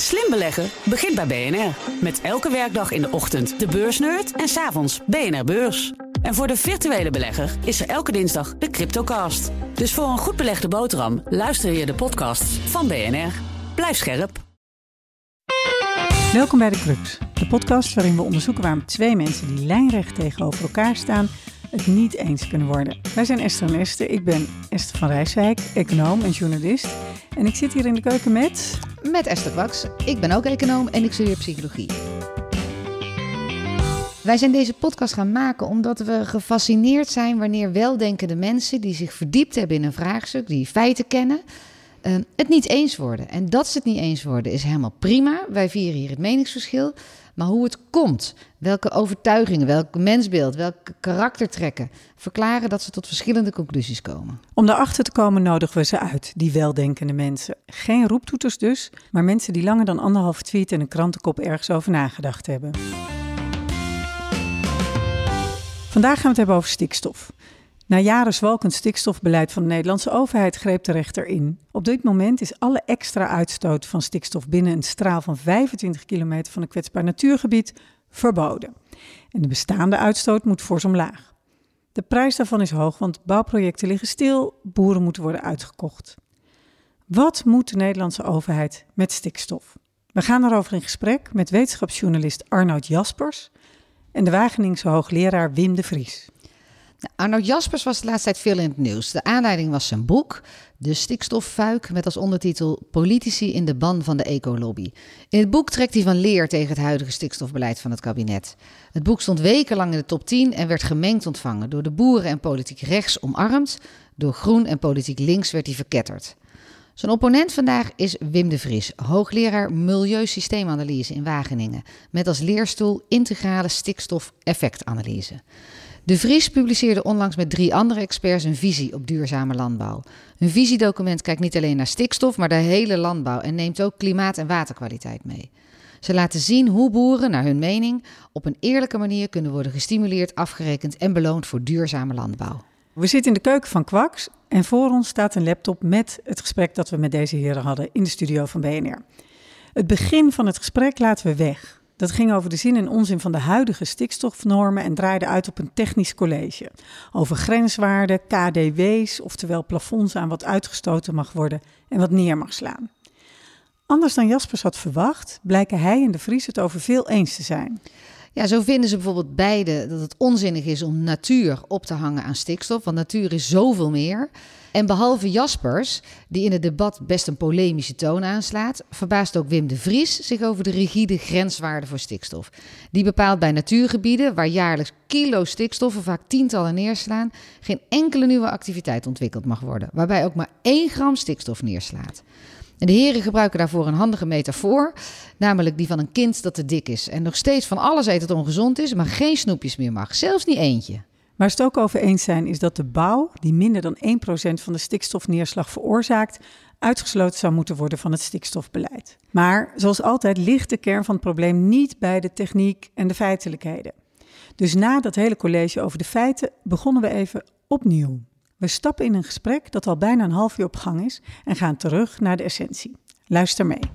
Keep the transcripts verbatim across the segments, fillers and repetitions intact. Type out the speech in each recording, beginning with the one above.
Slim beleggen begint bij B N R. Met elke werkdag in de ochtend de beursnerd en 's avonds B N R Beurs. En voor de virtuele belegger is er elke dinsdag de Cryptocast. Dus voor een goed belegde boterham luister je de podcasts van B N R. Blijf scherp. Welkom bij de Crux, de podcast waarin we onderzoeken waarom twee mensen die lijnrecht tegenover elkaar staan het niet eens kunnen worden. Wij zijn Esther en Esther. Ik ben Esther van Rijswijk, econoom en journalist. En ik zit hier in de keuken met... Met Esther Kwaks. Ik ben ook econoom en ik studeer psychologie. Wij zijn deze podcast gaan maken omdat we gefascineerd zijn wanneer weldenkende mensen die zich verdiept hebben in een vraagstuk, die feiten kennen, uh, het niet eens worden. En dat ze het niet eens worden is helemaal prima. Wij vieren hier het meningsverschil. Maar hoe het komt, welke overtuigingen, welk mensbeeld, welke karaktertrekken verklaren dat ze tot verschillende conclusies komen. Om daarachter te komen nodigen we ze uit, die weldenkende mensen. Geen roeptoeters dus, maar mensen die langer dan anderhalf tweet en een krantenkop ergens over nagedacht hebben. Vandaag gaan we het hebben over stikstof. Na jaren zwalkend stikstofbeleid van de Nederlandse overheid greep de rechter in. Op dit moment is alle extra uitstoot van stikstof binnen een straal van vijfentwintig kilometer van een kwetsbaar natuurgebied verboden. En de bestaande uitstoot moet fors omlaag. De prijs daarvan is hoog, want bouwprojecten liggen stil, boeren moeten worden uitgekocht. Wat moet de Nederlandse overheid met stikstof? We gaan erover in gesprek met wetenschapsjournalist Arnoud Jaspers en de Wageningse hoogleraar Wim de Vries. Nou, Arnoud Jaspers was de laatste tijd veel in het nieuws. De aanleiding was zijn boek, De Stikstoffuik, met als ondertitel Politici in de ban van de ecolobby. In het boek trekt hij van leer tegen het huidige stikstofbeleid van het kabinet. Het boek stond wekenlang in de top tien en werd gemengd ontvangen. Door de boeren en politiek rechts omarmd, door groen en politiek links werd hij verketterd. Zijn opponent vandaag is Wim de Vries, hoogleraar Milieusysteemanalyse in Wageningen, met als leerstoel integrale stikstof-effectanalyse. De Vries publiceerde onlangs met drie andere experts een visie op duurzame landbouw. Een visiedocument kijkt niet alleen naar stikstof, maar de hele landbouw en neemt ook klimaat- en waterkwaliteit mee. Ze laten zien hoe boeren, naar hun mening, op een eerlijke manier kunnen worden gestimuleerd, afgerekend en beloond voor duurzame landbouw. We zitten in de keuken van Kwaks en voor ons staat een laptop met het gesprek dat we met deze heren hadden in de studio van B N R. Het begin van het gesprek laten we weg. Dat ging over de zin en onzin van de huidige stikstofnormen en draaide uit op een technisch college. Over grenswaarden, K D W's, oftewel plafonds aan wat uitgestoten mag worden en wat neer mag slaan. Anders dan Jaspers had verwacht, blijken hij en de Vries het over veel eens te zijn. Ja, zo vinden ze bijvoorbeeld beide dat het onzinnig is om natuur op te hangen aan stikstof, want natuur is zoveel meer. En behalve Jaspers, die in het debat best een polemische toon aanslaat, verbaast ook Wim de Vries zich over de rigide grenswaarden voor stikstof. Die bepaalt bij natuurgebieden, waar jaarlijks kilo's stikstoffen vaak tientallen neerslaan, geen enkele nieuwe activiteit ontwikkeld mag worden, waarbij ook maar één gram stikstof neerslaat. En de heren gebruiken daarvoor een handige metafoor, namelijk die van een kind dat te dik is en nog steeds van alles eet dat ongezond is, maar geen snoepjes meer mag, zelfs niet eentje. Waar ze het ook over eens zijn is dat de bouw, die minder dan één procent van de stikstofneerslag veroorzaakt, uitgesloten zou moeten worden van het stikstofbeleid. Maar zoals altijd ligt de kern van het probleem niet bij de techniek en de feitelijkheden. Dus na dat hele college over de feiten begonnen we even opnieuw. We stappen in een gesprek dat al bijna een half uur op gang is en gaan terug naar de essentie. Luister mee.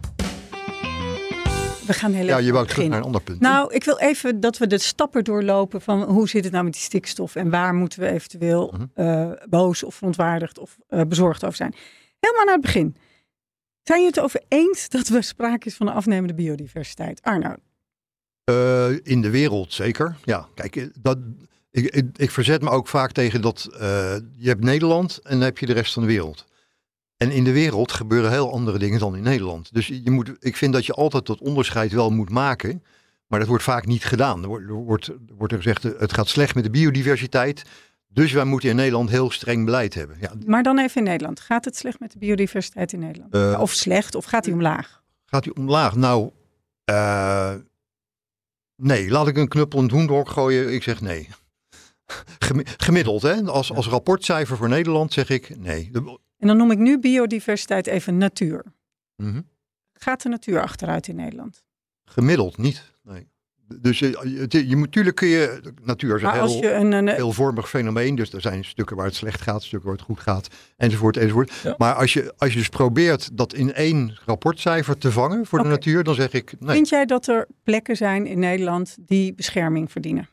We gaan heel ja, je wou terug terug naar een ander punt. Nou, ik wil even dat we de stappen doorlopen van hoe zit het nou met die stikstof en waar moeten we eventueel uh, boos of verontwaardigd of uh, bezorgd over zijn. Helemaal naar het begin. Zijn jullie het over eens dat er sprake is van een afnemende biodiversiteit? Arnoud? Uh, in de wereld zeker. Ja, kijk, dat, ik, ik, ik verzet me ook vaak tegen dat uh, je hebt Nederland en dan heb je de rest van de wereld. En in de wereld gebeuren heel andere dingen dan in Nederland. Dus je moet, ik vind dat je altijd dat onderscheid wel moet maken. Maar dat wordt vaak niet gedaan. Er wordt, er wordt, er wordt er gezegd, het gaat slecht met de biodiversiteit. Dus wij moeten in Nederland heel streng beleid hebben. Ja. Maar dan even in Nederland. Gaat het slecht met de biodiversiteit in Nederland? Uh, of slecht, of gaat die omlaag? Gaat die omlaag? Nou, uh, nee. Laat ik een knuppel in het hoendehok gooien. Ik zeg nee. Gemiddeld, hè? Als, als rapportcijfer voor Nederland zeg ik nee. De, En dan noem ik nu biodiversiteit even natuur. Mm-hmm. Gaat de natuur achteruit in Nederland? Gemiddeld niet. Nee. Dus je, je moet, natuurlijk kun je, natuur is een Maar als heel, je een, een, veelvormig fenomeen. Dus er zijn stukken waar het slecht gaat, stukken waar het goed gaat, enzovoort, enzovoort. Ja. Maar als je, als je dus probeert dat in één rapportcijfer te vangen voor Oké. de natuur, dan zeg ik nee. Vind jij dat er plekken zijn in Nederland die bescherming verdienen?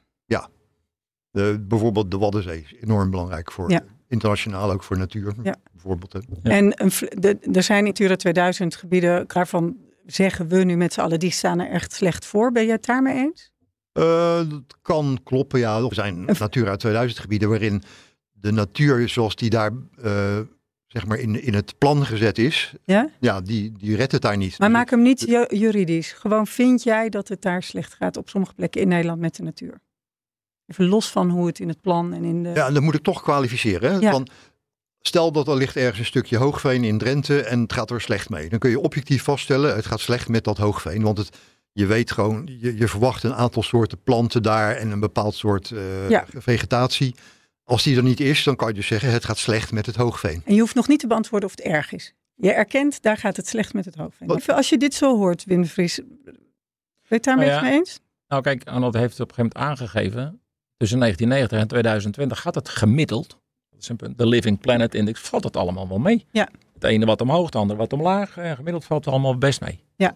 De, bijvoorbeeld de Waddenzee is enorm belangrijk voor, Ja. internationaal ook voor natuur. Ja. Bijvoorbeeld. Hè. Ja. En een, vl- de, er zijn Natura tweeduizend gebieden, daarvan zeggen we nu met z'n allen, die staan er echt slecht voor. Ben je het daarmee eens? Uh, dat kan kloppen, ja. Er zijn Natura tweeduizend gebieden waarin de natuur zoals die daar uh, zeg maar in, in het plan gezet is, Ja? ja, die, die redt het daar niet. Maar Dus maak hem niet ju- juridisch. Gewoon vind jij dat het daar slecht gaat op sommige plekken in Nederland met de natuur? Even los van hoe het in het plan en in de... Ja, en dan moet ik toch kwalificeren. Hè? Ja. Want stel dat er ligt ergens een stukje hoogveen in Drenthe en het gaat er slecht mee. Dan kun je objectief vaststellen, het gaat slecht met dat hoogveen. Want het, je weet gewoon, je, je verwacht een aantal soorten planten daar en een bepaald soort uh, Ja. vegetatie. Als die er niet is, dan kan je dus zeggen, het gaat slecht met het hoogveen. En je hoeft nog niet te beantwoorden of het erg is. Je erkent, daar gaat het slecht met het hoofdveen. Wat? Even als je dit zo hoort, Wim de Vries, ben je het daar Nou met ja. me eens? Nou kijk, Arnold heeft het op een gegeven moment aangegeven. Tussen negentien negentig en tweeduizend twintig gaat het gemiddeld. Dat is een punt. De Living Planet Index valt het allemaal wel mee. Ja. Het ene wat omhoog, het andere wat omlaag. En gemiddeld valt het allemaal best mee. Ja.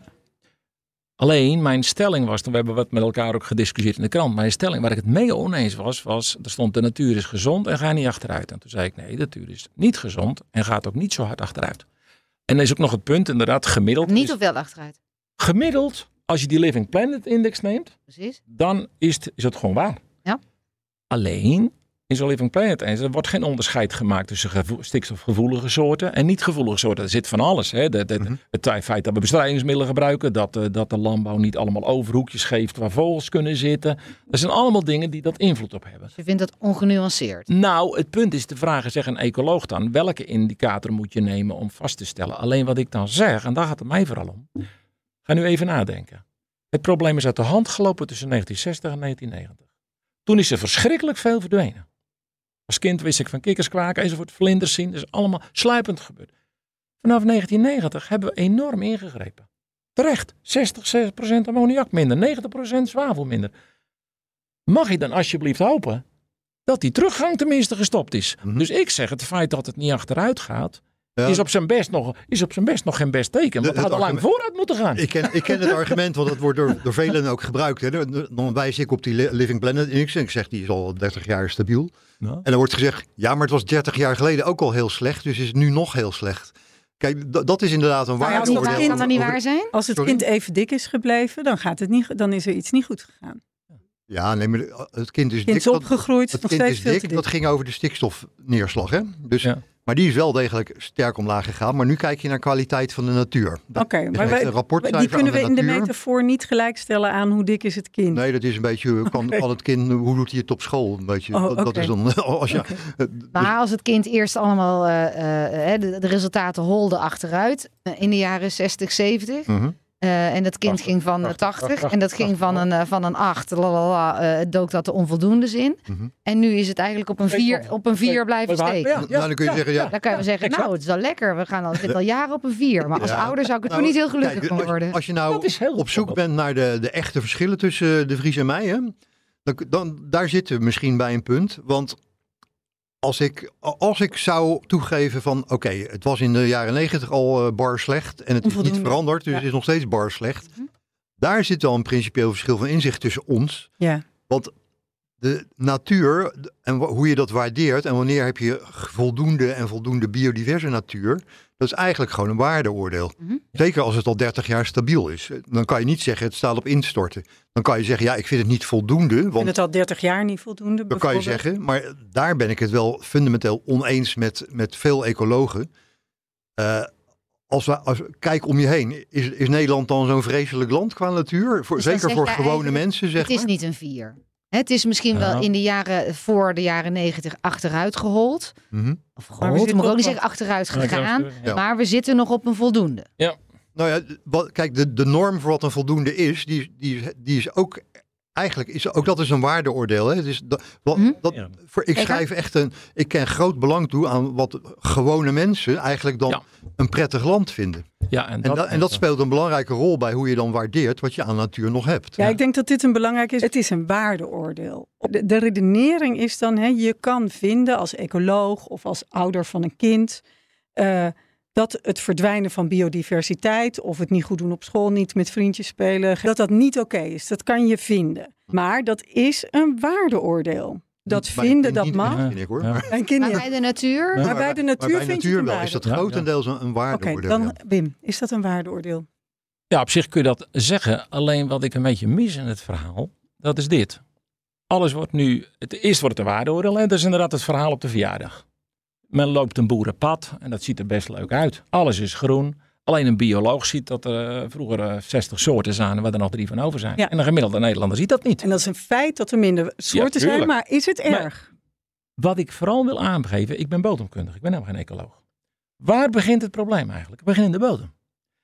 Alleen mijn stelling was, toen we hebben wat met elkaar ook gediscussieerd in de krant. Mijn stelling waar ik het mee oneens was, was er stond de natuur is gezond en ga niet achteruit. En toen zei ik nee, de natuur is niet gezond en gaat ook niet zo hard achteruit. En er is ook nog het punt, inderdaad, gemiddeld. Niet is, of wel achteruit. Gemiddeld, als je die Living Planet Index neemt, Precies. dan is het, is het gewoon waar. Ja. Alleen, in zo'n Living Planet eens, er wordt geen onderscheid gemaakt tussen gevo- stikstofgevoelige soorten en niet gevoelige soorten. Er zit van alles. Hè. De, de, Mhm. Het feit dat we bestrijdingsmiddelen gebruiken, dat, uh, dat de landbouw niet allemaal overhoekjes geeft waar vogels kunnen zitten. Dat zijn allemaal dingen die dat invloed op hebben. Dus je vindt dat ongenuanceerd. Nou, het punt is de vraag, zeg een ecoloog dan, welke indicator moet je nemen om vast te stellen? Alleen wat ik dan zeg, en daar gaat het mij vooral om, ga nu even nadenken. Het probleem is uit de hand gelopen tussen negentien zestig en negentien negentig. Toen is er verschrikkelijk veel verdwenen. Als kind wist ik van kikkers kwaken enzovoort, vlinders zien. Dat is allemaal sluipend gebeurd. Vanaf negentien negentig hebben we enorm ingegrepen. Terecht, zestig procent ammoniak minder, negentig procent zwavel minder. Mag je dan alsjeblieft hopen dat die teruggang tenminste gestopt is? Mhm. Dus ik zeg, het feit dat het niet achteruit gaat, Ja. is, op zijn best nog, is op zijn best nog geen best teken. Want De- het had het al lang argument- vooruit moeten gaan. Ik ken, ik ken het argument, want dat wordt door, door velen ook gebruikt. Hè. Dan- Dan wijs ik op die Li- Living Planet Index en ik zeg die is al dertig jaar stabiel. Nou. En dan wordt gezegd, ja, maar het was dertig jaar geleden ook al heel slecht, dus is het nu nog heel slecht. Kijk, d- dat is inderdaad een Nou ja, als Niet dat waar, waardeoordeel. kan dat niet over- waar zijn? Als het Sorry? kind even dik is gebleven, dan, gaat het niet, dan is er iets niet goed gegaan. Ja, nee, maar het kind is Het kind is dik. dat- opgegroeid, Het nog kind steeds is veel te dik, dik. dat ging over de stikstofneerslag. Hè? Dus, Ja. Maar die is wel degelijk sterk omlaag gegaan. Maar nu kijk je naar kwaliteit van de natuur. Oké, Je maar geeft wij- een rapportcijfer die kunnen aan we in de natuur. metafoor niet gelijkstellen aan hoe dik is het kind. Nee, dat is een beetje, kan, kan het kind, hoe doet hij het op school? Een beetje, Oh, dat, dat oké. is dan, als je, dus- Maar als het kind eerst allemaal uh, uh, de, de resultaten holde achteruit uh, in de jaren zestig, zeventig. Mhm. Uh, en dat kind tachtig, ging van uh, tachtig, tachtig tachtig, en dat ging van een, uh, van een acht, lalala, uh, dook dat de onvoldoendes in. Mhm. En nu is het eigenlijk op een vier, op een vier blijven Ja, steken. ja, Nou, dan kun je zeggen, ja. Dan kan je zeggen, exact. nou, het is al lekker. We gaan al, zitten al jaren op een vier. Maar als Ja. ouder zou ik het Nou, er niet heel gelukkig kijk, van als- worden. Als je nou Dat is heel op zoek goed. bent naar de, de echte verschillen tussen De Vries en mij, hè, dan, dan, daar zitten we misschien bij een punt. Want als ik, als ik zou toegeven van, oké, okay, het was in de jaren negentig al uh, bar slecht en het is niet Onvoldoende. veranderd, dus Ja. het is nog steeds bar slecht. Mhm. Daar zit wel een principieel verschil van inzicht tussen ons. Ja. Want de natuur en wa- hoe je dat waardeert en wanneer heb je voldoende en voldoende biodiverse natuur, dat is eigenlijk gewoon een waardeoordeel. Mhm. Zeker als het al dertig jaar stabiel is. Dan kan je niet zeggen het staat op instorten. Dan kan je zeggen ja, ik vind het niet voldoende. Ik vind Want het al dertig jaar niet voldoende. dan kan je bijvoorbeeld. zeggen, maar daar ben ik het wel fundamenteel oneens met, met veel ecologen. Uh, Als we, als, kijk om je heen. Is, is Nederland dan zo'n vreselijk land qua natuur? Voor, Dus dan zeker zeg voor jij gewone eigenlijk, mensen, zeg Het is maar. niet een vier. Het is misschien wel Nou. in de jaren voor de jaren negentig achteruit gehold. Mhm. Of we gehold, zitten moet ik ook op niet wat- zeggen achteruit Ja, ik gegaan. wou- ja. Maar we zitten nog op een voldoende. Nou ja, wat, kijk, de, de norm voor wat een voldoende is, die, die, die is ook eigenlijk is ook dat is een waardeoordeel. Hè? Dus dat, wat, Hm? dat, Ja. voor, ik schrijf echt een. Ik ken groot belang toe aan wat gewone mensen eigenlijk dan Ja. een prettig land vinden. Ja, en En, dat, dat, en dat speelt een belangrijke rol bij hoe je dan waardeert wat je aan natuur nog hebt. Ja, ik denk dat dit een belangrijk is. Het is een waardeoordeel. De, de redenering is dan, hè, je kan vinden als ecoloog of als ouder van een kind uh, dat het verdwijnen van biodiversiteit of het niet goed doen op school, niet met vriendjes spelen, dat dat niet oké is. Dat kan je vinden. Maar dat is een waardeoordeel. Dat Bij vinden, een dat kind mag. niet, vind ik, hoor. Ja. Maar, Een kind Maar niet. bij de natuur? Maar bij de natuur maar bij vind je het een natuur wel is dat waarde- grotendeels een, een Oké, waardeoordeel. dan ja. Wim, is dat een waardeoordeel? Ja, op zich kun je dat zeggen. Alleen wat ik een beetje mis in het verhaal, dat is dit. Alles wordt nu, het eerst wordt het een waardeoordeel en dat is inderdaad het verhaal op de verjaardag. Men loopt een boerenpad en dat ziet er best leuk uit. Alles is groen. Alleen een bioloog ziet dat er uh, vroeger uh, zestig soorten zijn en waar er nog drie van over zijn. Ja. En een gemiddelde Nederlander ziet dat niet. En dat is een feit dat er minder soorten zijn, tuurlijk. maar is het erg? Wat ik vooral wil aangeven, ik ben bodemkundig, ik ben helemaal geen ecoloog. Waar begint het probleem eigenlijk? Het begint in de bodem.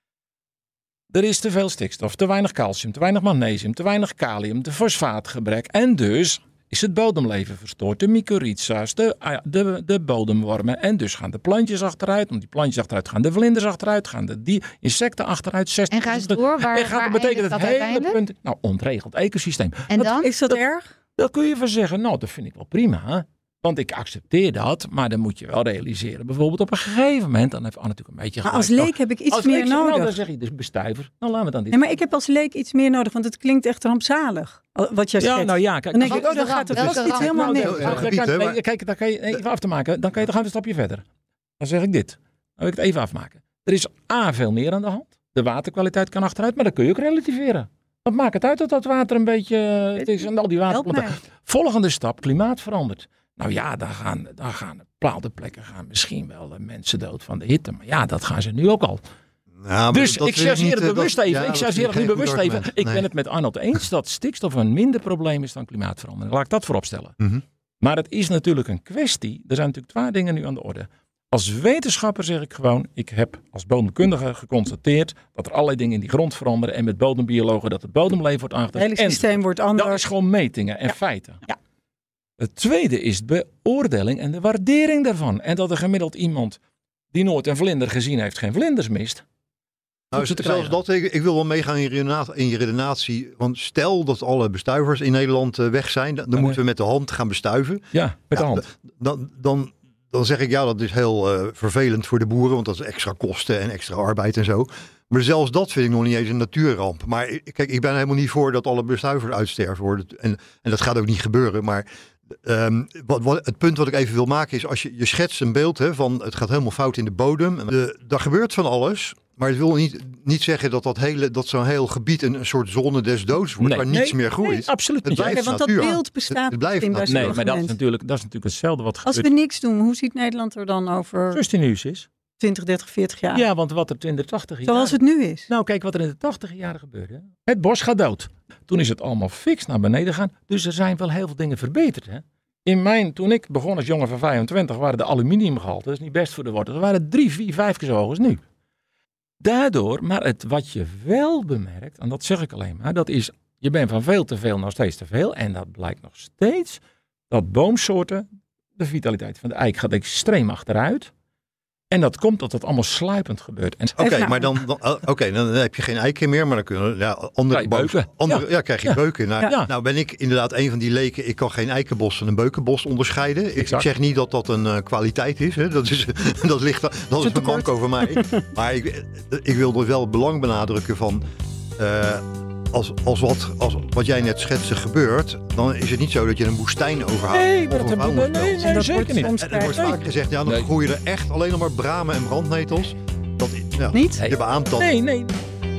Er is te veel stikstof, te weinig calcium, te weinig magnesium, te weinig kalium, te fosfaatgebrek. En dus is het bodemleven verstoord. De mycorrhiza's, de, de, de bodemwormen. En dus gaan de plantjes achteruit. Om die plantjes achteruit gaan de vlinders achteruit. Gaan de die insecten achteruit. En ga eens door, waar, en gaat, waar dat betekent eindigt het dat hele uiteindelijk? punt. Nou, ontregeld ecosysteem. En Dat- dan? Is dat, dat- erg? Dat kun je van zeggen, nou dat vind ik wel prima. Hè? Want ik accepteer dat, maar dan moet je wel realiseren. Bijvoorbeeld op een gegeven moment, dan heeft Anne natuurlijk een beetje Maar gelijk. als leek heb ik iets Als meer leek zeg, nou, nodig. dan zeg je dus bestuiver. Nou laten we dan dit. Nee, maar ik heb als leek iets meer nodig, want het klinkt echt rampzalig. Wat jij ja, zegt. nou ja, kijk. Dan denk ik, Wat oh, is dan de gaat het ramp? vast Welke iets ramp? helemaal Nou, mis. heel Nou, erg dan gebied, kan- hè, nee, maar- Kijk, dan kan je even af te maken. Dan, kan je, dan gaan we een stapje verder. Dan zeg ik dit. Dan wil ik het even afmaken. Er is A, veel meer aan de hand. De waterkwaliteit kan achteruit, maar dat kun je ook relativeren. Wat maakt het uit dat dat water een beetje... Het is en al die Help waterplanten. mij. Volgende stap, klimaat verandert. Nou ja, dan gaan, dan gaan bepaalde plekken gaan misschien wel eh, mensen dood van de hitte. Maar ja, dat gaan ze nu ook al. Ja, maar Dus dat ik vind niet, chargeer eh, het bewust dat- even. ja, ik dat chargeer vind het nu geen goed bewust even. argument. Ik Nee. ben het met Arnold eens dat stikstof een minder probleem is dan klimaatverandering. Laat ik dat voorop stellen. Mhm. Maar het is natuurlijk een kwestie. Er zijn natuurlijk twee dingen nu aan de orde. Als wetenschapper zeg ik gewoon, ik heb als bodemkundige geconstateerd dat er allerlei dingen in die grond veranderen. En met bodembiologen dat het bodemleven wordt Het aangetast. hele En systeem wordt dat anders. is gewoon metingen en Ja. feiten. Ja. Het tweede is de beoordeling en de waardering daarvan. En dat er gemiddeld iemand die nooit een vlinder gezien heeft, geen vlinders mist. Nou, Goed te zelfs krijgen. dat, ik, ik wil wel meegaan in je, redenatie, in je redenatie. Want stel dat alle bestuivers in Nederland uh, weg zijn. Dan, dan nee. moeten we met de hand gaan bestuiven. Ja, met Ja, de hand. Dan, dan, dan zeg ik ja, dat is heel uh, vervelend voor de boeren. Want dat is extra kosten en extra arbeid en zo. Maar zelfs dat vind ik nog niet eens een natuurramp. Maar ik- kijk, ik ben helemaal niet voor dat alle bestuivers uitsterven worden. En, en dat gaat ook niet gebeuren. Maar um, wat, wat, het punt wat ik even wil maken is, als je, je schetst een beeld hè, van het gaat helemaal fout in de bodem. De, daar gebeurt van alles. Maar het wil niet, niet zeggen dat, dat, hele, dat zo'n heel gebied een, een soort zone des doods wordt. Nee, waar niets nee, meer groeit. Nee, absoluut Het niet. blijft Oké, want dat natuur. beeld bestaat Het- het blijft misschien bij natuur. Nee, maar dat is, mensen. natuurlijk, dat is natuurlijk hetzelfde wat Als gebeurt. we niks doen, hoe ziet Nederland er dan over Zoals het nieuws is. twintig, dertig, veertig jaar? Ja, want wat er in de tachtig jaren... Zoals het nu is. Nou, kijk wat er in de tachtig jaren gebeurde. Het bos gaat dood. Toen is het allemaal fix naar beneden gegaan. Dus er zijn wel heel veel dingen verbeterd. Hè? In mijn, toen ik begon als jongen van vijfentwintig, waren de aluminiumgehalte, dat is niet best voor de wortels, er waren drie, vier, vijf keer zo hoog als nu. Daardoor, maar het, wat je wel bemerkt, en dat zeg ik alleen maar, dat is, je bent van veel te veel nog steeds te veel. En dat blijkt nog steeds, dat boomsoorten, de vitaliteit van de eik gaat extreem achteruit. En dat komt dat het allemaal sluipend gebeurt. En Oké, Even nou. maar dan, dan, uh, okay, dan heb je geen eiken meer, maar dan kunnen ja, andere Krijg je boos- beuken. Andere, ja. Ja. krijg je Ja. beuken. Nou, Ja. nou ben ik inderdaad een van die leken. Ik kan geen eikenbos van een beukenbos onderscheiden. Ik, ik Exact. zeg niet dat dat een uh, kwaliteit is. Hè. Dat is, dat ligt, dat is een tekort. mank over mij. Maar ik, ik wil er wel het belang benadrukken van. Uh, als, als, wat, als wat jij net schetste gebeurt, dan is het niet zo dat je een woestijn overhoudt. Nee, maar of dat een hebben we- vuilnisbelt. nee, En nee, dat zeker wordt niet. soms En er wordt krijg- vaak gezegd, ja, dan Nee. groeien er echt alleen nog maar bramen en brandnetels. Dat, ja, Niet? Je beaamt dat. Nee, nee.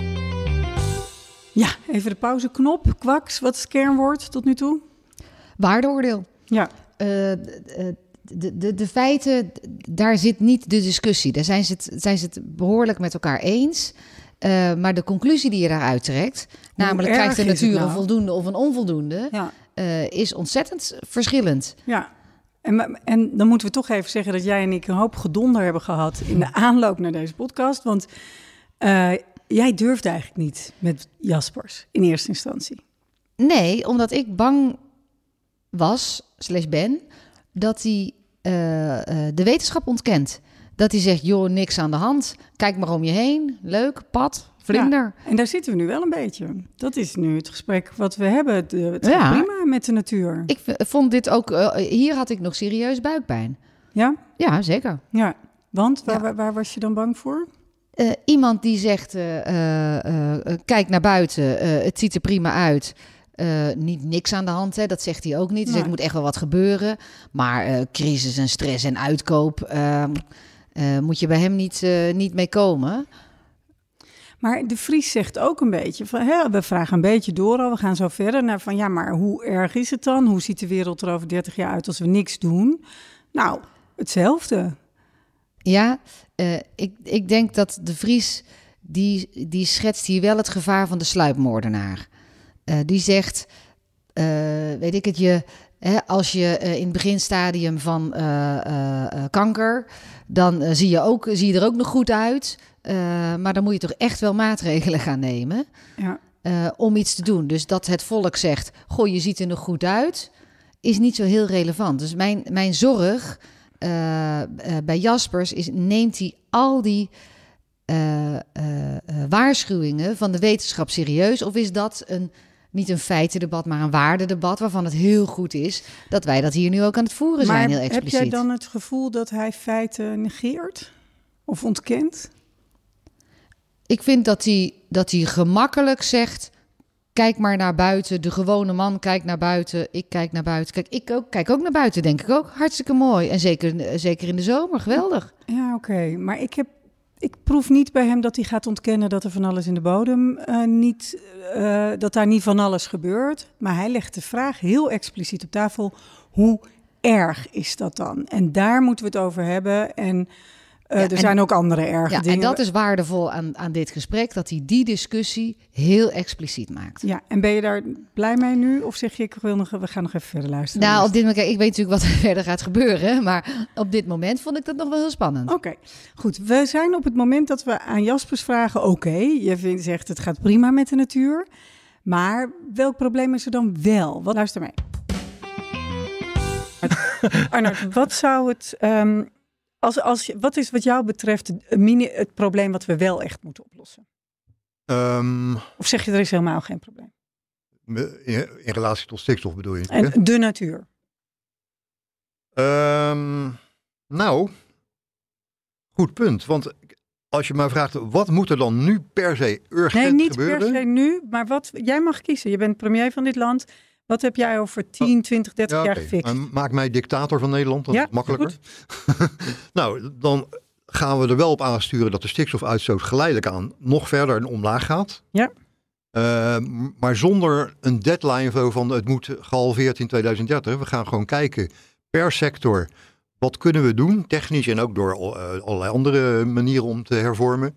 Ja, even de pauzeknop. Kwaks, wat is het kernwoord tot nu toe? Waardeoordeel. Ja, Uh, de, de, de, de feiten, daar zit niet de discussie. Daar zijn ze het, zijn ze het behoorlijk met elkaar eens. Uh, maar de conclusie die je daaruit trekt, namelijk erg krijgt de is het natuur nou? een voldoende of een onvoldoende, ja, uh, is ontzettend verschillend. ja. En, ma- en dan moeten we toch even zeggen dat jij en ik een hoop gedonder hebben gehad in de aanloop naar deze podcast. Want uh, jij durfde eigenlijk niet met Jaspers in eerste instantie. Nee, omdat ik bang was, slash ben, dat hij uh, uh, de wetenschap ontkent. Dat hij zegt, joh, niks aan de hand. Kijk maar om je heen. Leuk, pad, vlinder. Ja, en daar zitten we nu wel een beetje. Dat is nu het gesprek wat we hebben. Het, het ja. gaat prima met de natuur. Ik vond dit ook... Uh, hier had ik nog serieus buikpijn. Ja? Ja, zeker. Ja, want waar, ja. waar, waar was je dan bang voor? Uh, iemand die zegt, uh, uh, uh, kijk naar buiten, uh, het ziet er prima uit. Uh, niet niks aan de hand, hè? Dat zegt hij ook niet. Dus nee. Er moet echt wel wat gebeuren. Maar uh, crisis en stress en uitkoop, uh, uh, moet je bij hem niet, uh, niet mee komen. Maar de Vries zegt ook een beetje, van, hè, we vragen een beetje door al, we gaan zo verder naar van, ja, maar hoe erg is het dan? Hoe ziet de wereld er over dertig jaar uit als we niks doen? Nou, hetzelfde. Ja, uh, ik, ik denk dat de Vries, die, die schetst hier wel het gevaar van de sluipmoordenaar. Uh, die zegt, uh, weet ik het, je, hè, als je uh, in het beginstadium van uh, uh, uh, kanker, dan uh, zie, je ook, zie je er ook nog goed uit. Uh, maar dan moet je toch echt wel maatregelen gaan nemen ja. uh, om iets te doen. Dus dat het volk zegt, goh, je ziet er nog goed uit, is niet zo heel relevant. Dus mijn, mijn zorg uh, uh, bij Jaspers is, neemt hij al die uh, uh, uh, waarschuwingen van de wetenschap serieus? Of is dat een, niet een feitendebat, maar een waardedebat waarvan het heel goed is dat wij dat hier nu ook aan het voeren maar zijn, heel expliciet. Heb jij dan het gevoel dat hij feiten negeert of ontkent? Ik vind dat hij, dat hij gemakkelijk zegt, kijk maar naar buiten. De gewone man kijkt naar buiten. Ik kijk naar buiten. Kijk, ik ook, kijk ook naar buiten, denk ik ook. Hartstikke mooi. En zeker, zeker in de zomer. Geweldig. Ja, oké. Okay. Maar ik, heb, ik proef niet bij hem dat hij gaat ontkennen dat er van alles in de bodem uh, niet... Uh, dat daar niet van alles gebeurt. Maar hij legt de vraag heel expliciet op tafel. Hoe erg is dat dan? En daar moeten we het over hebben. En... Uh, ja, er en, zijn ook andere erge ja, dingen. En dat is waardevol aan, aan dit gesprek, dat hij die discussie heel expliciet maakt. Ja, en ben je daar blij mee nu? Of zeg je, ik wil nog, we gaan nog even verder luisteren? Nou, op dit moment, ik weet natuurlijk wat er verder gaat gebeuren. Maar op dit moment vond ik dat nog wel heel spannend. Oké, okay. Goed. We zijn op het moment dat we aan Jaspers vragen... Oké, okay, je vindt, zegt het gaat prima met de natuur. Maar welk probleem is er dan wel? Wat, luister mee. Arnoud, wat zou het... Um, Als, als, wat is wat jou betreft het, mini, het probleem wat we wel echt moeten oplossen? Um, of zeg je er is helemaal geen probleem? In, in relatie tot stikstof bedoel je? En hè? De natuur? Um, nou, goed punt. Want als je mij vraagt, wat moet er dan nu per se urgent nee, niet gebeuren? per se nu, maar wat jij mag kiezen. Je bent premier van dit land. Wat heb jij over tien, twintig, dertig ja, jaar okay. gefixt? Uh, maak mij dictator van Nederland, dat ja, is makkelijker. Nou, dan gaan we er wel op aansturen dat de stikstofuitstoot geleidelijk aan nog verder en omlaag gaat. Ja. Uh, maar zonder een deadline van het moet gehalveerd in tweeduizend dertig. We gaan gewoon kijken per sector, wat kunnen we doen, technisch en ook door uh, allerlei andere manieren om te hervormen.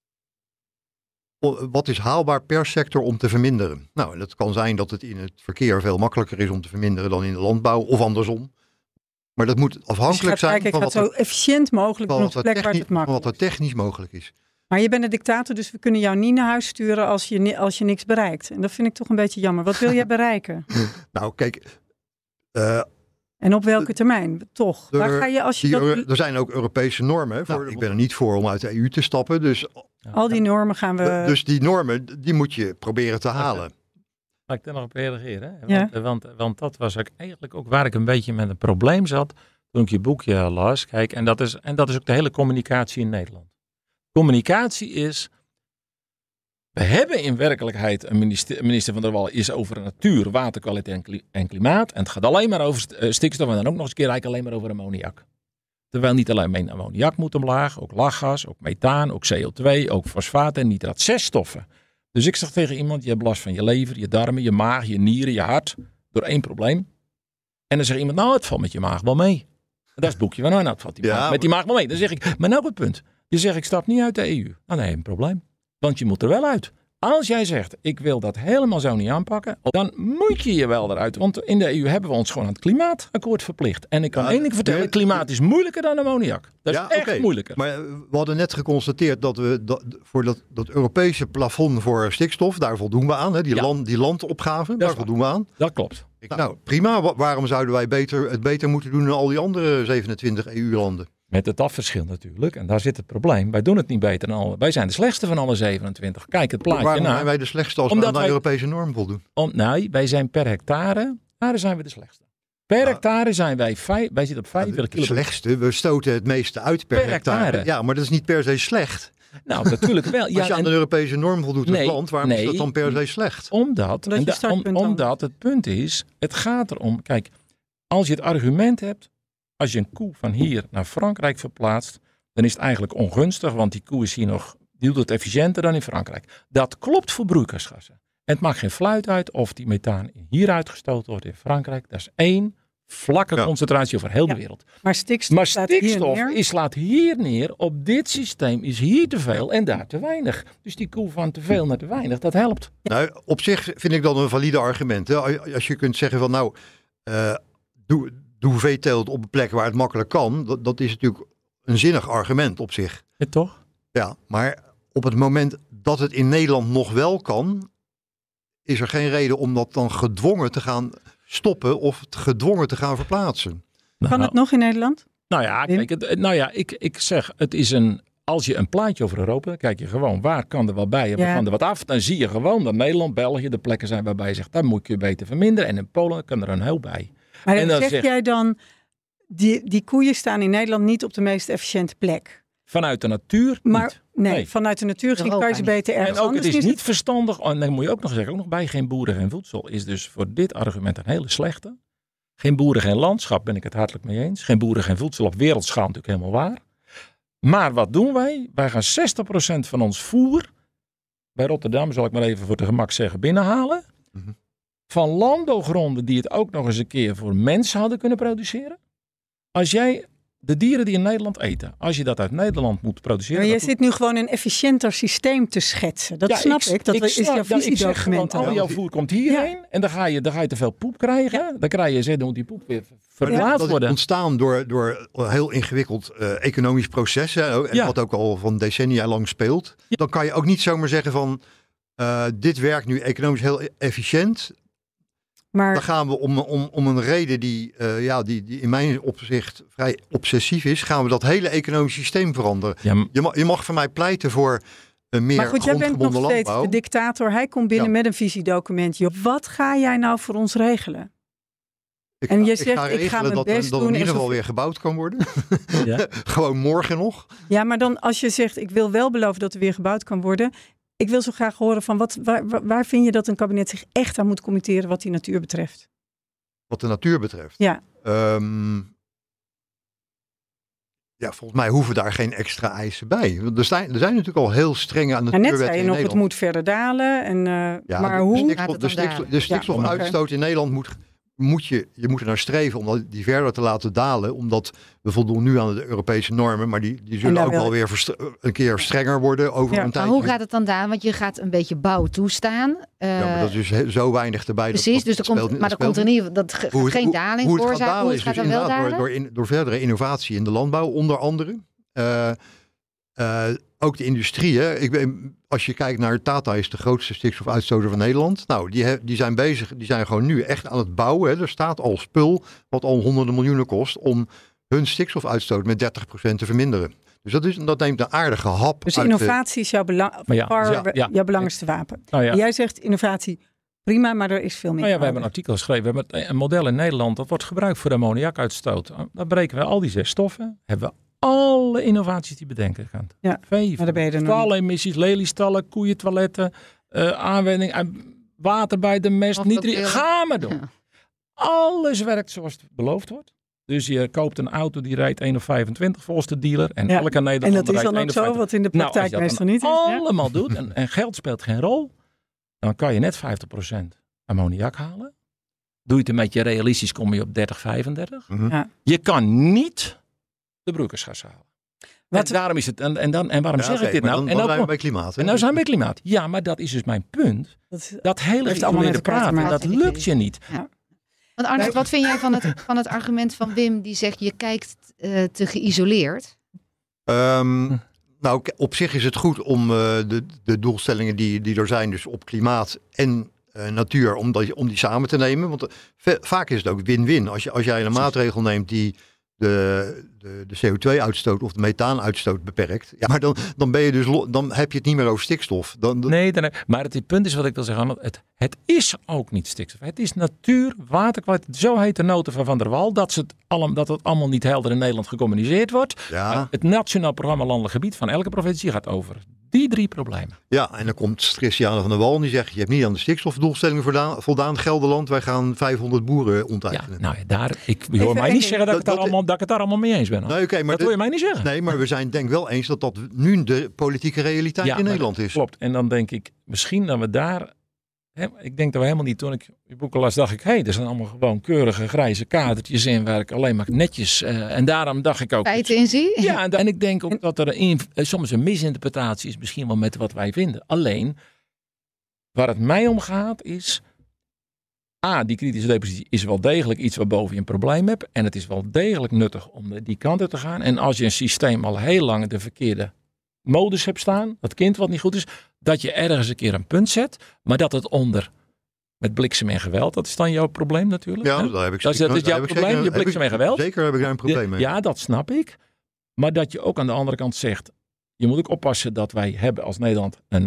Wat is haalbaar per sector om te verminderen? Nou, en het kan zijn dat het in het verkeer veel makkelijker is om te verminderen dan in de landbouw of andersom. Maar dat moet afhankelijk dus zijn kijken, van wat wat zo er, efficiënt mogelijk van op de plek waar het makkelijk wat er technisch mogelijk is. Maar je bent een dictator, dus we kunnen jou niet naar huis sturen als je, als je niks bereikt. En dat vind ik toch een beetje jammer. Wat wil jij bereiken? Nou, kijk... Uh, En op welke termijn? Toch? Er, Waar ga je als je die, dat... er zijn ook Europese normen. Voor, nou, ik ben er niet voor om uit de E U te stappen. Dus, al die normen gaan we... Dus die normen, die moet je proberen te halen. Mag ik daar nog op reageren? Hè? Ja. Want, want, want dat was ook eigenlijk ook waar ik een beetje met een probleem zat toen ik je boekje las. Kijk, en dat is, en dat is ook de hele communicatie in Nederland. Communicatie is... We hebben in werkelijkheid een minister, minister van der Wal is over natuur, waterkwaliteit en klimaat. En het gaat alleen maar over stikstof en dan ook nog eens een keer eigenlijk alleen maar over ammoniak. Terwijl niet alleen ammoniak moet omlaag, ook lachgas, ook methaan, ook C O twee, ook fosfaat en nitraat. Zes stoffen. Dus ik zeg tegen iemand, je hebt last van je lever, je darmen, je maag, je nieren, je hart. Door één probleem. En dan zegt iemand, nou het valt met je maag wel mee. Dat is het boekje van, nou het valt die ja, maag, met die maag wel mee. Dan zeg ik, maar nou het punt. Je zegt, ik stap niet uit de E U. Nou nee, een probleem. Want je moet er wel uit. Als jij zegt, ik wil dat helemaal zo niet aanpakken, dan moet je je wel eruit. Want in de E U hebben we ons gewoon aan het klimaatakkoord verplicht. En ik kan Ja, één ding vertellen, nee, klimaat is moeilijker dan ammoniak. Dat ja, is echt okay. moeilijker. Maar we hadden net geconstateerd dat we dat, voor dat, dat Europese plafond voor stikstof, daar voldoen we aan. Hè? Die, Ja. land, die landopgave, daar voldoen we aan. Dat klopt. Ik, nou, prima. Wa- waarom zouden wij beter, het beter moeten doen dan al die andere zevenentwintig E U-landen? Met het afverschil natuurlijk. En daar zit het probleem. Wij doen het niet beter dan alle. Wij zijn de slechtste van alle zevenentwintig. Kijk het plaatje Waarom na. zijn wij de slechtste als we Omdat aan de wij- Europese norm voldoen? Om, nee, wij zijn per hectare. Daar zijn we de slechtste. Per Ja. hectare zijn wij vijf. Wij zitten op vijfenveertig De kilo. slechtste, we stoten het meeste uit per, Per hectare. hectare. Ja, maar dat is niet per se slecht. Nou, natuurlijk wel. Als Ja, je aan en de Europese norm voldoet als Nee, land, waarom is nee. dat dan per se slecht? omdat, Omdat en je da- startpunt om- dan- omdat het punt is, het gaat erom. Kijk, als je het argument hebt, als je een koe van hier naar Frankrijk verplaatst, dan is het eigenlijk ongunstig, want die koe is hier nog, die doet het efficiënter dan in Frankrijk. Dat klopt voor broeikasgassen. En het maakt geen fluit uit of die methaan hier uitgestoten wordt in Frankrijk. Dat is één vlakke Ja. concentratie over heel Ja. de wereld. Maar stikstof, Maar staat hier stikstof neer. is, slaat hier neer. Op dit systeem is hier te veel en daar te weinig. Dus die koe van te veel naar te weinig, dat helpt. Nou, op zich vind ik dat een valide argument. Hè? Als je kunt zeggen van nou, uh, doe, doe veeteelt op een plek waar het makkelijk kan. Dat, dat is natuurlijk een zinnig argument op zich. Ja, toch? Ja, maar op het moment dat het in Nederland nog wel kan, is er geen reden om dat dan gedwongen te gaan stoppen of het gedwongen te gaan verplaatsen. Kan Nou, het nog in Nederland? Nou ja, Wim? kijk, het, nou ja ik, ik zeg, het is een. Als je een plaatje over Europa, kijk je gewoon waar kan er wel bij en waar Ja. kan er wat af. Dan zie je gewoon dat Nederland, België de plekken zijn waarbij je zegt, daar moet je beter verminderen. En in Polen kan er een heel bij. Maar En dan zeg zegt- jij dan, die, die koeien staan in Nederland niet op de meest efficiënte plek. Vanuit de natuur Maar niet. nee, Nee. vanuit de natuur gezien Europa kan je ze niet. beter ergens En ook anders het is niet neerzetten. verstandig, en dan moet je ook nog zeggen, ook nog bij geen boeren, geen voedsel, is dus voor dit argument een hele slechte. Geen boeren, geen landschap, ben ik het hartelijk mee eens. Geen boeren, geen voedsel, op wereldschaal natuurlijk helemaal waar. Maar wat doen wij? Wij gaan zestig procent van ons voer, bij Rotterdam zal ik maar even voor de gemak zeggen, binnenhalen. Mhm. Van landbouwgronden die het ook nog eens een keer voor mensen hadden kunnen produceren. Als jij de dieren die in Nederland eten, als je dat uit Nederland moet produceren. Maar je dat zit nu gewoon een efficiënter systeem te schetsen. Dat Ja, snap ik. Dat is snap- jouw dat- Ik zeg visiedocument. gewoon, al ook. jouw voer komt hierheen en dan ga je, dan ga je te veel poep krijgen. Dan krijg je, zeg, dan moet die poep weer verplaatst Dat is worden. ontstaan door, door een heel ingewikkeld uh, economisch proces. Hè, en Ja. wat ook al van decennia lang speelt. Ja. Dan kan je ook niet zomaar zeggen van uh, dit werkt nu economisch heel efficiënt. Maar Dan gaan we om, om, om een reden die, uh, ja, die, die in mijn opzicht vrij obsessief is, gaan we dat hele economische systeem veranderen. Ja, m- Je mag, je mag van mij pleiten voor een meer Maar goed, jij bent nog grondgebonden steeds landbouw. de dictator. Hij komt binnen Ja. met een visiedocument. Joh, wat ga jij nou voor ons regelen? Ik, En je ik zegt, ik ga regelen mijn dat, er- best dat doen in en ieder zo- geval weer gebouwd kan worden. ja. Gewoon morgen nog. Ja, maar dan als je zegt, ik wil wel beloven dat er weer gebouwd kan worden. Ik wil zo graag horen van wat, waar, waar- waar vind je dat een kabinet zich echt aan moet committeren wat die natuur betreft? Wat de natuur betreft. Ja. Ehm, ja, volgens mij hoeven daar geen extra eisen bij. Want Er zijn, er zijn natuurlijk al heel strenge En net natuurwetten zei je in nog, het Nederland. moet verder dalen. En, uh, Ja, maar de, hoe? De, Gaat stikstof, het de, dan stikstof, dalen? de stikstofuitstoot in Nederland moet, moet, je, je moet er naar streven om dat- die verder te laten dalen. Omdat we voldoen nu aan de Europese normen. Maar die, die zullen daar ook wil- wel weer verstre- een keer strenger worden over Ja, een Maar tijdje. hoe gaat het dan daar? Want je gaat een beetje bouw toestaan. Uh, Ja, maar dat is dus he- zo weinig erbij. dat- precies, dat, dus dat er komt, speelt- maar dat er komt er speelt niet, dat gaat Hoe het- geen hoe- daling hoe het gaat veroorzaken. dalen Hoe is het dus gaat dan wel inderdaad door, dalen? door, in, door verdere innovatie in de landbouw, onder andere. Uh, uh, ook de industrie. Hè. Ik ben, als je kijkt naar Tata, is de grootste stikstofuitstoter van Nederland. Nou, die, he, die zijn bezig, die zijn gewoon nu echt aan het bouwen. Hè. Er staat al spul wat al honderden miljoenen kost om hun stikstofuitstoot met dertig procent te verminderen. Dus dat, is, dat neemt een aardige hap Dus uit de- innovatie is jouw, belang, Maar ja, power- ja, ja. jouw belangrijkste wapen. Nou ja. En jij zegt innovatie prima, maar er is veel meer. Nou ja, we hebben een nodig. artikel geschreven. We hebben een model in Nederland dat wordt gebruikt voor de ammoniakuitstoot. Dan breken we al die zes stoffen. Hebben we alle innovaties die bedenken gaan. Ja, Vee, maar daar ben je er nog niet. staalemissies, leliestallen, koeientoiletten, uh, aanwending, uh, water bij de mest. Of Niet, dat willen. ga maar doen. Ja. Alles werkt zoals het beloofd wordt. Dus je koopt een auto die rijdt één of vijfentwintig volgens de dealer. En Ja, elke En Nederlander dat is dan rijdt ook zo, eenenvijftig. wat in de Nou, als praktijk je dat meestal dan niet is. Ja? allemaal doet en, en geld speelt geen rol, dan kan je net vijftig procent ammoniak halen. Doe je het een beetje realistisch, kom je op dertig, vijfendertig. Mhm. Ja. Je kan niet de broeikasgassen halen. Wat, en daarom is het. En, en, dan, en waarom ja, zeg okay, ik dit nou? Dan, en dan zijn we bij klimaat. Hè? En nou zijn we bij klimaat. Ja, maar dat is dus mijn punt. Dat, dat hele geïsoleerde praten, dat lukt je niet. Ja. Want Arnoud, wat vind jij van het, van het argument van Wim die zegt je kijkt uh, te geïsoleerd? Um, nou, op zich is het goed om uh, de, de doelstellingen die, die er zijn, dus op klimaat en uh, natuur, om, dat, om die samen te nemen. Want uh, ve- vaak is het ook win-win. Als, je, als jij een maatregel neemt die de, de, de C O twee uitstoot of de methaanuitstoot beperkt, ja, maar dan, dan, ben je dus lo- dan heb je het niet meer over stikstof. Dan, dan... Nee, dan, maar het, het punt is wat ik wil zeggen, het, het is ook niet stikstof. Het is natuur, waterkwaliteit. Zo heet de nota van Van der Wal, dat, ze het allem, dat het allemaal niet helder in Nederland gecommuniceerd wordt. Ja. Het Nationaal Programma Landelijk Gebied van elke provincie gaat over die drie problemen. Ja, en dan komt Christiane van der Wal en die zegt, je hebt niet aan de stikstofdoelstellingen voldaan, voldaan Gelderland. Wij gaan vijfhonderd boeren onteigenen. Ja, nou ja, daar, ik je hoor mij niet zeggen dat, dat, ik daar dat, allemaal, dat ik het daar allemaal mee eens ben. Nee, okay, maar dat de, hoor je mij niet zeggen. Nee, maar we zijn denk wel eens dat dat nu de politieke realiteit ja, in Nederland is. Klopt. En dan denk ik, misschien dat we daar... Hè, ik denk dat we helemaal niet, toen ik je boeken las, dacht ik, hé, hey, er zijn allemaal gewoon keurige grijze kadertjes in waar ik alleen maar netjes... Uh, en daarom dacht ik ook... Feiten in zie? Ja, en, en ik denk ook dat er een, soms een misinterpretatie is, misschien wel met wat wij vinden. Alleen, waar het mij om gaat is... A, die kritische depositie is wel degelijk iets waarboven je een probleem hebt. En het is wel degelijk nuttig om de, die kant uit te gaan. En als je een systeem al heel lang de verkeerde modus hebt staan, dat kind wat niet goed is, dat je ergens een keer een punt zet, maar dat het onder met bliksem en geweld, dat is dan jouw probleem natuurlijk. Ja, daar heb ik dat is, dat is jouw probleem, zeker, je bliksem en geweld. Zeker heb ik daar een probleem mee. Ja, dat snap ik. Maar dat je ook aan de andere kant zegt, je moet ook oppassen dat wij hebben als Nederland een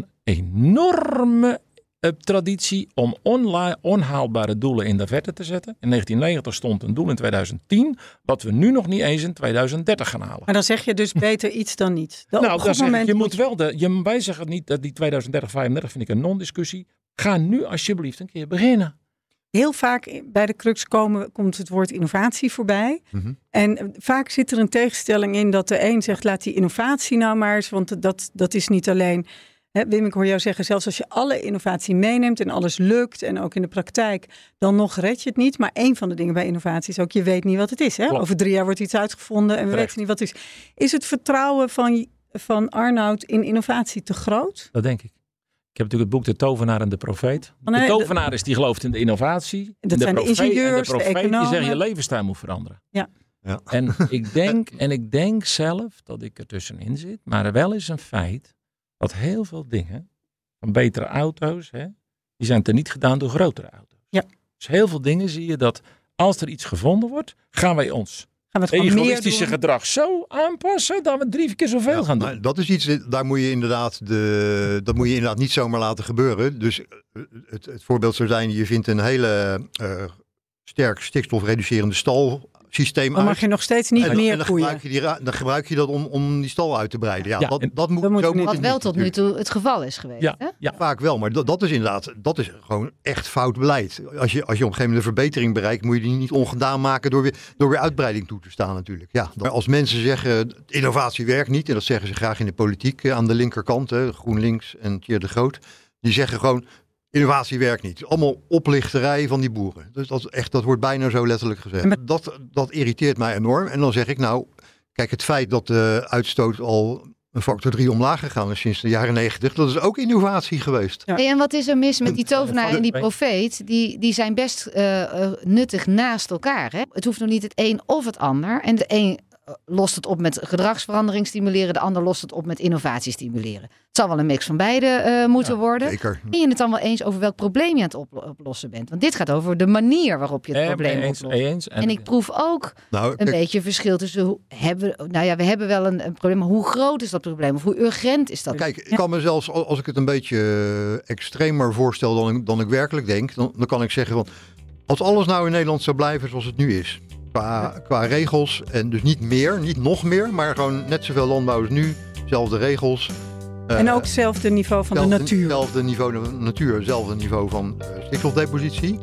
enorme uh, traditie om onla- onhaalbare doelen in de verte te zetten. In negentien negentig stond een doel in tweeduizend tien, wat we nu nog niet eens in tweeduizend dertig gaan halen. Maar dan zeg je dus beter iets dan niets. Dan nou, dan zeg ik, je moet wel de, je, wij zeggen niet dat die tweeduizend dertig, vijfendertig vind ik een non-discussie. Ga nu alsjeblieft een keer beginnen. Heel vaak bij de crux komen, komt het woord innovatie voorbij. Mm-hmm. En vaak zit er een tegenstelling in dat de een zegt, laat die innovatie nou maar eens, want dat, dat is niet alleen... Hè, Wim, ik hoor jou zeggen, zelfs als je alle innovatie meeneemt en alles lukt en ook in de praktijk, dan nog red je het niet. Maar één van de dingen bij innovatie is ook, je weet niet wat het is. Hè? Over drie jaar wordt iets uitgevonden en we Terecht. weten niet wat het is. Is het vertrouwen van, van Arnoud in innovatie te groot? Dat denk ik. Ik heb natuurlijk het boek De Tovenaar en de Profeet. Oh nee, de tovenaar is die gelooft in de innovatie. Dat de zijn profeet, de ingenieurs, en de profeet de die zeggen je levensstijl moet veranderen. Ja. Ja. En, ik denk, en ik denk zelf dat ik er tussenin zit. Maar wel is een feit dat heel veel dingen van betere auto's, hè, die zijn teniet gedaan door grotere auto's. Ja. Dus heel veel dingen zie je dat als er iets gevonden wordt, gaan wij ons gaan we het egoïstische gedrag zo aanpassen dat we drie keer zoveel ja, gaan doen. Maar dat is iets, daar moet je inderdaad de, dat moet je inderdaad niet zomaar laten gebeuren. Dus het, het voorbeeld zou zijn, je vindt een hele uh, sterk stikstofreducerende stal systeem dan mag uit. je nog steeds niet en, meer en dan koeien. Gebruik je die, dan gebruik je dat om, om die stal uit te breiden. Ja, ja dat, en, dat moet, dat moet zo moet wat het wel niet, tot nu toe het geval is geweest. Ja, hè? ja. Vaak wel, maar dat, dat is inderdaad, dat is gewoon echt fout beleid. Als je, als je op een gegeven moment een verbetering bereikt, moet je die niet ongedaan maken door weer, door weer uitbreiding toe te staan natuurlijk. Ja, maar als mensen zeggen, innovatie werkt niet, en dat zeggen ze graag in de politiek aan de linkerkant, hè, GroenLinks en Thierry de Groot, die zeggen gewoon, innovatie werkt niet. Allemaal oplichterij van die boeren. Dus dat, echt, dat wordt bijna zo letterlijk gezegd. Maar dat, dat irriteert mij enorm. En dan zeg ik nou, kijk, het feit dat de uitstoot al een factor drie omlaag gegaan is sinds de jaren negentig, dat is ook innovatie geweest. Ja. Hey, en wat is er mis met die tovenaar en die profeet? Die, die zijn best uh, uh, nuttig naast elkaar. Hè? Het hoeft nog niet het een of het ander. En de een lost het op met gedragsverandering stimuleren. De ander lost het op met innovatie stimuleren. Het zal wel een mix van beide uh, moeten ja, worden. Zeker. Ben je het dan wel eens over welk probleem je aan het op- oplossen bent? Want dit gaat over de manier waarop je het eh, probleem eens, oplost. Eens, en, en ik proef ook nou, een kijk, beetje verschil tussen... Hoe, hebben, nou ja, we hebben wel een, een probleem, maar hoe groot is dat probleem? Of hoe urgent is dat? Kijk, ik kan me zelfs, als ik het een beetje extremer voorstel dan ik, dan ik werkelijk denk, dan, dan kan ik zeggen van, als alles nou in Nederland zou blijven zoals het nu is, qua, qua regels, en dus niet meer, niet nog meer, maar gewoon net zoveel landbouw als nu, zelfde regels. En ook hetzelfde niveau van zelfde, de natuur. Hetzelfde niveau van de natuur, hetzelfde niveau van uh, stikstofdepositie.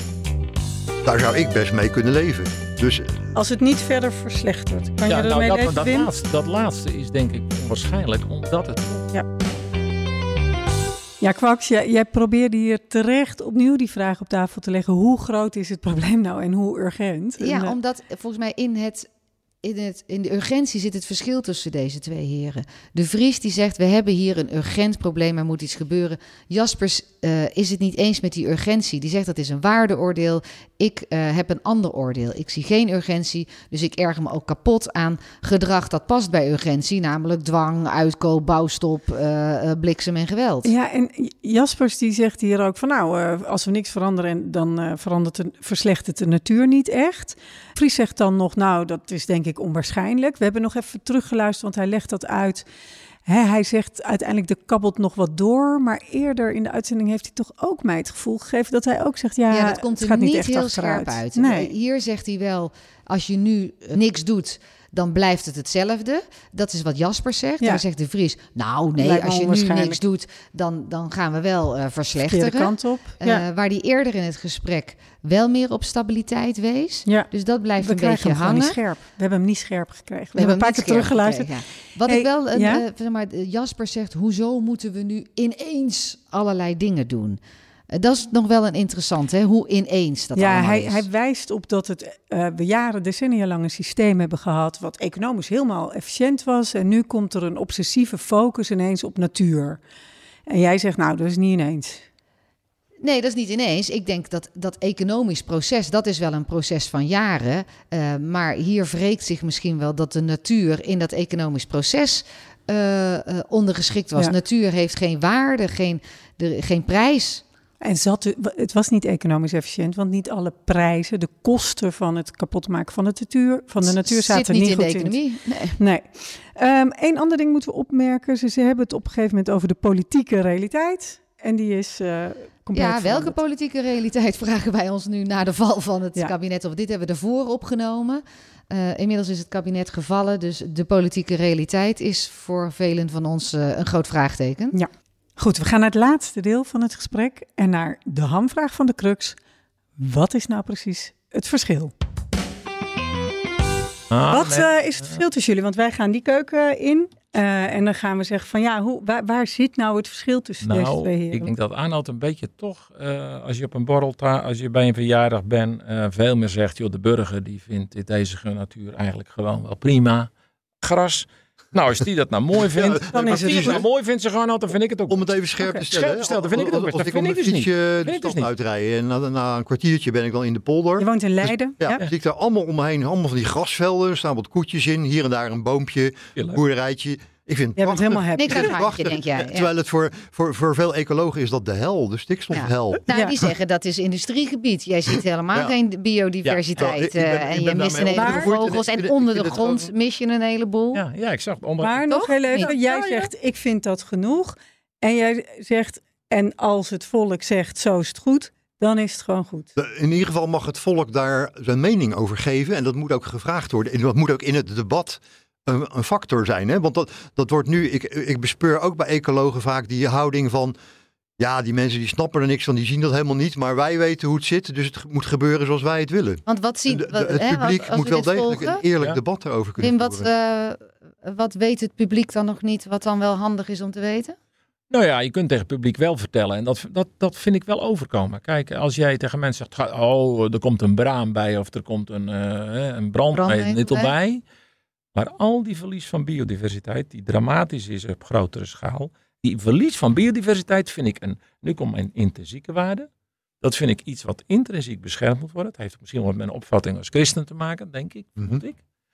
Daar zou ik best mee kunnen leven. Dus, als het niet verder verslechtert, kan ja, je ermee nou, leven, dat, dat, Wim? laatste, dat laatste is denk ik onwaarschijnlijk, omdat het... Ja. Ja, Kwaks, jij, jij probeerde hier terecht opnieuw die vraag op tafel te leggen. Hoe groot is het probleem nou en hoe urgent? Ja, en, uh, omdat volgens mij in het In, het, in de urgentie zit het verschil tussen deze twee heren. De Vries die zegt, we hebben hier een urgent probleem, er moet iets gebeuren. Jaspers uh, is het niet eens met die urgentie. Die zegt, dat is een waardeoordeel. Ik uh, heb een ander oordeel. Ik zie geen urgentie, dus ik erger me ook kapot aan gedrag dat past bij urgentie. Namelijk dwang, uitkoop, bouwstop, uh, uh, bliksem en geweld. Ja, en Jaspers die zegt hier ook van nou, uh, als we niks veranderen, dan uh, verandert de, verslechtert de natuur niet echt. Vries zegt dan nog, nou, dat is denk ik onwaarschijnlijk. We hebben nog even teruggeluisterd, want hij legt dat uit. He, hij zegt uiteindelijk, de kabbelt nog wat door. Maar eerder in de uitzending heeft hij toch ook mij het gevoel gegeven dat hij ook zegt, ja, ja dat komt er het gaat niet, niet echt heel achteruit. scherp uit. Nee. Hier zegt hij wel, als je nu niks doet, dan blijft het hetzelfde. Dat is wat Jaspers zegt. Ja. Daar zegt de Vries, nou nee, als je nu niks doet, dan, dan gaan we wel uh, verslechteren. Verkeerde kant op. Ja. Uh, waar die eerder in het gesprek wel meer op stabiliteit wees. Ja. Dus dat blijft we een beetje hem hangen. Niet scherp. We hebben hem niet scherp gekregen. We, we hebben een paar keer teruggeluisterd. Gekregen, ja. Wat hey, ik wel, uh, ja? uh, zeg maar, Jasper zegt, hoezo moeten we nu ineens allerlei dingen doen? Uh, dat is nog wel een interessant, hè? Hoe ineens dat ja, allemaal hij, is. hij wijst op dat het, uh, we jaren, decennia lang een systeem hebben gehad wat economisch helemaal efficiënt was. En nu komt er een obsessieve focus ineens op natuur. En jij zegt, nou, dat is niet ineens. Nee, dat is niet ineens. Ik denk dat dat economisch proces, dat is wel een proces van jaren. Uh, maar hier wreekt zich misschien wel dat de natuur in dat economisch proces uh, uh, ondergeschikt was. Ja. Natuur heeft geen waarde, geen, de, geen prijs. En zat, het was niet economisch efficiënt, want niet alle prijzen, de kosten van het kapotmaken van de natuur, van de natuur zaten zit niet, niet in goed de economie. In. Nee. nee. Um, Eén ander ding moeten we opmerken. Ze, ze hebben het op een gegeven moment over de politieke realiteit. En die is uh, compleet Ja, welke veranderd. politieke realiteit vragen wij ons nu na de val van het ja. kabinet? Of dit hebben we ervoor opgenomen. Uh, inmiddels is het kabinet gevallen, dus de politieke realiteit is voor velen van ons uh, een groot vraagteken. Ja. Goed, we gaan naar het laatste deel van het gesprek en naar de hamvraag van de crux. Wat is nou precies het verschil? Ah, Wat nee. uh, is het verschil tussen jullie? Want wij gaan die keuken in uh, en dan gaan we zeggen van ja, hoe, waar, waar zit nou het verschil tussen nou, deze twee heren? Ik denk dat Arnoud een beetje toch, uh, als je op een borrel, ta- als je bij een verjaardag bent, uh, veel meer zegt, joh, de burger die vindt deze natuur eigenlijk gewoon wel prima. Gras. Nou, als die dat nou mooi vindt, ja, dan is als die het nou mooi vindt, ze gewoon dan vind ik het ook. Om het even scherp okay. te stellen. Scherp stellen, dan vind ik het ook. Als, als dat ik om een dus fietsje de stad uitrijden en na, na een kwartiertje ben ik dan in de polder. Je woont in Leiden. Dus, ja, ja. zie ik daar allemaal om me heen, allemaal van die grasvelden, er staan wat koetjes in, hier en daar een boompje, een boerderijtje. Ik vind het prachtig. helemaal happy. Niks aan het handje, denk jij. Ja. Terwijl het voor, voor, voor veel ecologen is dat de hel, de stikstofhel. Ja. Nou, die zeggen dat is industriegebied. Jij ziet helemaal ja. geen biodiversiteit. Ja. Uh, en je mist een heleboel vogels. En, en onder de grond gewoon... mis je een heleboel. Ja, ja ik zag het onder. Maar nog heel even, jij ja, zegt ik vind dat genoeg. En jij zegt, en als het volk zegt zo is het goed, dan is het gewoon goed. In ieder geval mag het volk daar zijn mening over geven. En dat moet ook gevraagd worden. En dat moet ook in het debat een, een factor zijn. Hè? Want dat, dat wordt nu, ik, ik bespeur ook bij ecologen vaak die houding van, ja, die mensen die snappen er niks van, die zien dat helemaal niet. Maar wij weten hoe het zit, dus het moet gebeuren zoals wij het willen. Want wat ziet, de, de, het hè, publiek als, als moet wel degelijk volgen? een eerlijk ja. debat erover kunnen Wim, voeren. Wat, uh, wat weet het publiek dan nog niet, wat dan wel handig is om te weten? Nou ja, je kunt tegen het publiek wel vertellen. En dat, dat, dat vind ik wel overkomen. Kijk, als jij tegen mensen zegt, oh, er komt een braam bij of er komt een, uh, een brandmiddel bij. Maar al die verlies van biodiversiteit, die dramatisch is op grotere schaal. Die verlies van biodiversiteit vind ik een, nu komt mijn intrinsieke waarde. Dat vind ik iets wat intrinsiek beschermd moet worden. Het heeft misschien wat met mijn opvatting als christen te maken, denk ik. Mm-hmm. Vond ik.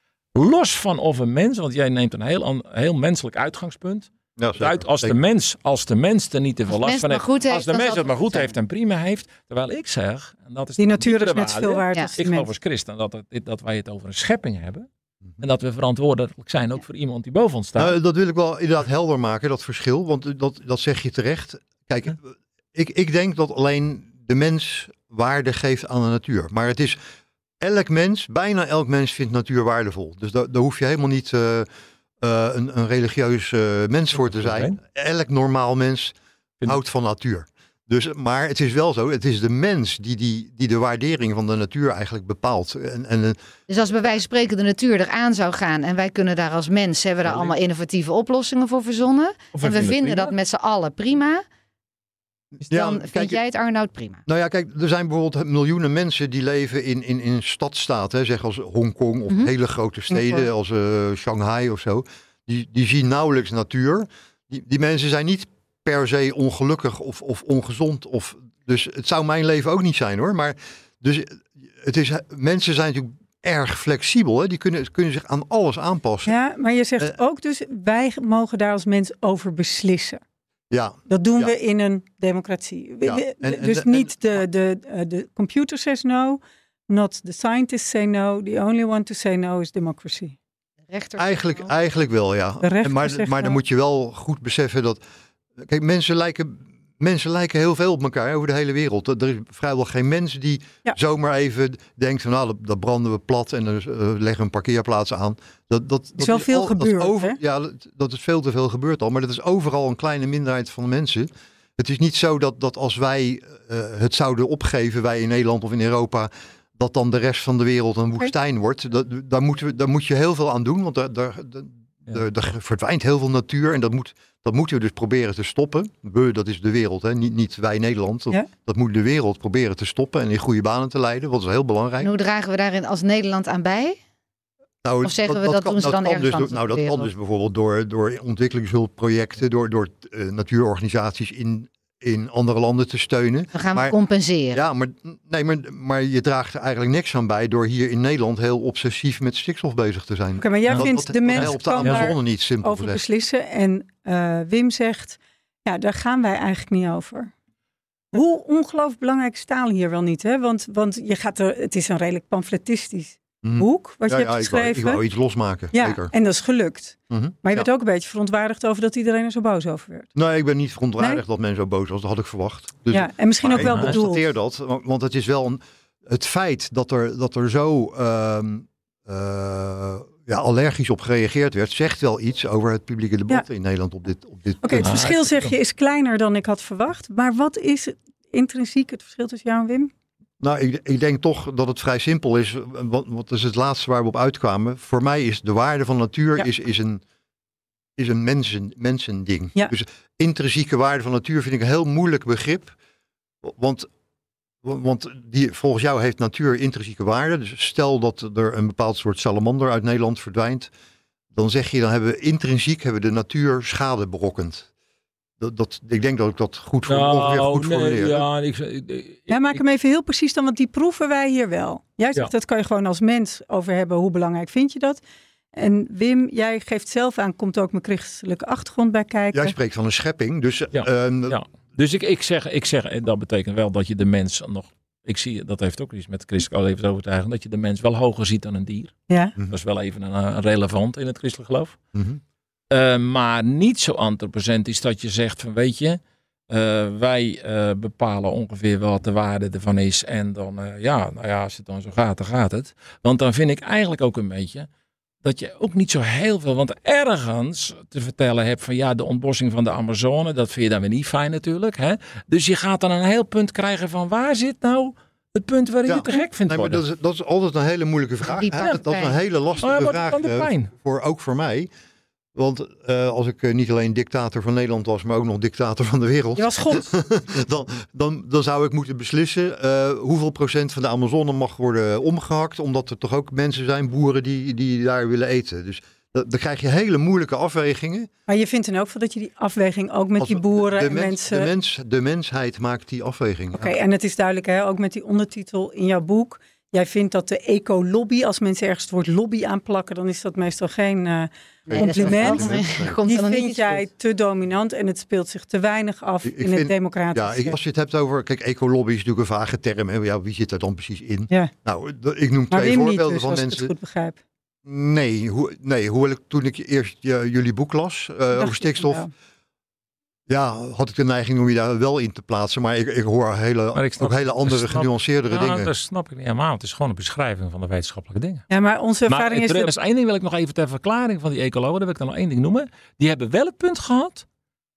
Los van of een mens, want jij neemt een heel, heel menselijk uitgangspunt. Ja, uit als de mens, als de mens er niet te veel last van heeft, heeft, als de mens het maar goed heeft en prima heeft, terwijl ik zeg, en dat is die natuur is net waarde, veel waard. Ja. Als ik geloof als christen dat, het, dat wij het over een schepping hebben en dat we verantwoordelijk zijn ook voor iemand die boven ons staat. Nou, dat wil ik wel inderdaad helder maken, dat verschil, want dat, dat zeg je terecht. Kijk, ja. ik, ik denk dat alleen de mens waarde geeft aan de natuur, maar het is elk mens, bijna elk mens vindt natuur waardevol. Dus daar, daar hoef je helemaal niet Uh, Uh, een, een religieus uh, mens voor te zijn. Elk normaal mens houdt van natuur. Dus, maar het is wel zo, het is de mens die, die, die de waardering van de natuur eigenlijk bepaalt. En, en, dus als bij wijze van spreken de natuur eraan zou gaan en wij kunnen daar als mens, hebben we daar allemaal innovatieve oplossingen voor verzonnen. Of en we vinden prima. dat met z'n allen prima. Dus Ja, dan kijk, vind jij het, Arnoud, prima. Nou ja, kijk, er zijn bijvoorbeeld miljoenen mensen die leven in, in, in stadstaten, hè, zeg als Hongkong of Mhm. hele grote steden Mhm. als uh, Shanghai of zo. Die, die zien nauwelijks natuur. Die, die mensen zijn niet per se ongelukkig of, of ongezond. Of, dus het zou mijn leven ook niet zijn hoor. Maar dus het is, mensen zijn natuurlijk erg flexibel. Hè? Die kunnen, kunnen zich aan alles aanpassen. Ja, maar je zegt Uh, ook dus, wij mogen daar als mens over beslissen. Ja, Dat doen Ja. we in een democratie. We- Ja, we- en- en- dus en- niet de, de, uh, de computer says no, not the scientists say no. The only one to say no is democracy. Rechter. eigenlijk, eigenlijk wel ja. De rechter En maar zegt maar dan no. moet je wel goed beseffen dat... Kijk, mensen lijken, mensen lijken heel veel op elkaar hè, over de hele wereld. Er is vrijwel geen mens die Ja. zomaar even denkt van nou, dat, dat branden we plat en dan uh, leggen we een parkeerplaats aan. Dat, dat, dat wel veel al- dat gebeurd, over, hè? Ja, dat, dat is veel te veel gebeurd al. Maar dat is overal een kleine minderheid van de mensen. Het is niet zo dat, dat als wij uh, het zouden opgeven, wij in Nederland of in Europa, dat dan de rest van de wereld een woestijn wordt. Dat, daar, moeten we, daar moet je heel veel aan doen, want daar, daar, daar, Ja. daar, daar verdwijnt heel veel natuur en dat, moet, dat moeten we dus proberen te stoppen. We, dat is de wereld, hè? Niet, niet wij Nederland. Dat, Ja. dat moet de wereld proberen te stoppen en in goede banen te leiden, wat is heel belangrijk. En hoe dragen we daarin als Nederland aan bij? Nou, Of zeggen we dat kan, doen ze dan kan ergens dus, anders door- Nou, op de dat kan wereld? dus bijvoorbeeld door, door ontwikkelingshulpprojecten, door, door uh, natuurorganisaties in, in andere landen te steunen. Dan gaan we Maar- compenseren. Ja, maar, nee, maar, maar je draagt er eigenlijk niks aan bij door hier in Nederland heel obsessief met stikstof bezig te zijn. Oké, maar jij Dat- vindt dat- de dat mens helpt de kan daar Amazone niet, simpel over gezegd. beslissen. En uh, Wim zegt, ja, daar gaan wij eigenlijk niet over. Hoe ongelooflijk belangrijk is taal hier wel niet, hè? Want, want je gaat er, het is een redelijk pamfletistisch Mhm. boek wat Ja, je ja, hebt ik wou, geschreven. ik wou iets losmaken, ja, zeker. en dat is gelukt. Mhm. Maar je Ja. werd ook een beetje verontwaardigd over dat iedereen er zo boos over werd. Nee, ik ben niet verontwaardigd Nee? dat men zo boos was. Dat had ik verwacht. Dus, ja, en misschien maar ook wel ik bedoeld. constateer dat, want want het is wel een, het feit dat er, dat er zo ehm, uh, ja, allergisch op gereageerd werd, zegt wel iets over het publieke debat Ja. in Nederland op dit, op dit Oké, het Ah, verschil ik- zeg je is kleiner dan ik had verwacht. Maar wat is het intrinsiek het verschil tussen jou en Wim? Nou, ik, ik denk toch dat het vrij simpel is. Wat, wat is het laatste waar we op uitkwamen? Voor mij is de waarde van natuur Ja. is, is een, is een mensen, mensending. Ja. Dus intrinsieke waarde van natuur vind ik een heel moeilijk begrip. Want, want die, volgens jou heeft natuur intrinsieke waarde. Dus stel dat er een bepaald soort salamander uit Nederland verdwijnt. Dan zeg je, dan hebben we intrinsiek hebben we de natuur schade berokkend. Dat, dat, ik denk dat ik dat goed, voor, ongeveer goed nee, formuleer. ja, ik, ik, ik- Ja, maak ik- hem even heel precies dan, want die proeven wij hier wel. Jij zegt, Ja. dat kan je gewoon als mens over hebben. Hoe belangrijk vind je dat? En Wim, jij geeft zelf aan, komt ook mijn christelijke achtergrond bij kijken. Jij spreekt van een schepping. Dus Ja, ehm, ja. Dus ik, ik, zeg, ik zeg, en dat betekent wel dat je de mens nog... Ik zie, dat heeft ook iets met christelijke levensovertuiging, dat je de mens wel hoger ziet dan een dier. Ja, Dat is wel even een, een relevant in het christelijk geloof. mhm. Uh, maar niet zo antropocentrisch dat je zegt van weet je, uh, wij uh, bepalen ongeveer wat de waarde ervan is. En dan, uh, ja, nou ja, als het dan zo gaat, dan gaat het. Want dan vind ik eigenlijk ook een beetje dat je ook niet zo heel veel, want ergens te vertellen hebt van ja, de ontbossing van de Amazone, dat vind je dan weer niet fijn natuurlijk. Hè? Dus je gaat dan een heel punt krijgen van waar zit nou het punt waar je Ja. het te gek vindt Nee, maar worden. dat is, dat is altijd een hele moeilijke vraag. Die hè. pijn. Dat, dat is een hele lastige Oh ja, wat vraag, van de eh, pijn? voor, ook voor mij. Want uh, als ik uh, niet alleen dictator van Nederland was, maar ook nog dictator van de wereld. je was God. dan, dan, dan zou ik moeten beslissen uh, hoeveel procent van de Amazone mag worden omgehakt. Omdat er toch ook mensen zijn, boeren, die, die daar willen eten. Dus dat, dan krijg je hele moeilijke afwegingen. Maar je vindt in elk geval dat je die afweging ook met Als die we- boeren de en mens, mensen... De, mens, de mensheid maakt die afweging. Oké, Ja. en het is duidelijk, hè, ook met die ondertitel in jouw boek. Jij vindt dat de eco-lobby, als mensen ergens het woord lobby aanplakken, dan is dat meestal geen uh, Nee, compliment. dat is wel fout. Er komt Die er nog niet vind iets jij goed. te dominant en het speelt zich te weinig af Ik- ik in het vind- democratische. Ja, ik, als je het hebt over... Kijk, ecolobby is natuurlijk een vage term. Hè? Ja, wie zit er dan precies in? Ja. Nou, d- ik noem Maar twee Wim niet voorbeelden dus, van als ik mensen... het goed begrijp. Nee, hoe, nee, hoewel ik toen ik eerst uh, jullie boek las uh, Dacht over ik stikstof, wel. ja, had ik de neiging om je daar wel in te plaatsen. Maar ik, ik hoor hele, Maar ik snap- ook hele andere, ik snap- genuanceerdere Ja, dingen. dat snap ik niet helemaal. Het is gewoon een beschrijving van de wetenschappelijke dingen. Ja, maar onze Maar ervaring is er dat... is één ding wil ik nog even ter verklaring van die ecologen. Daar wil ik dan nog één ding noemen. Die hebben wel het punt gehad.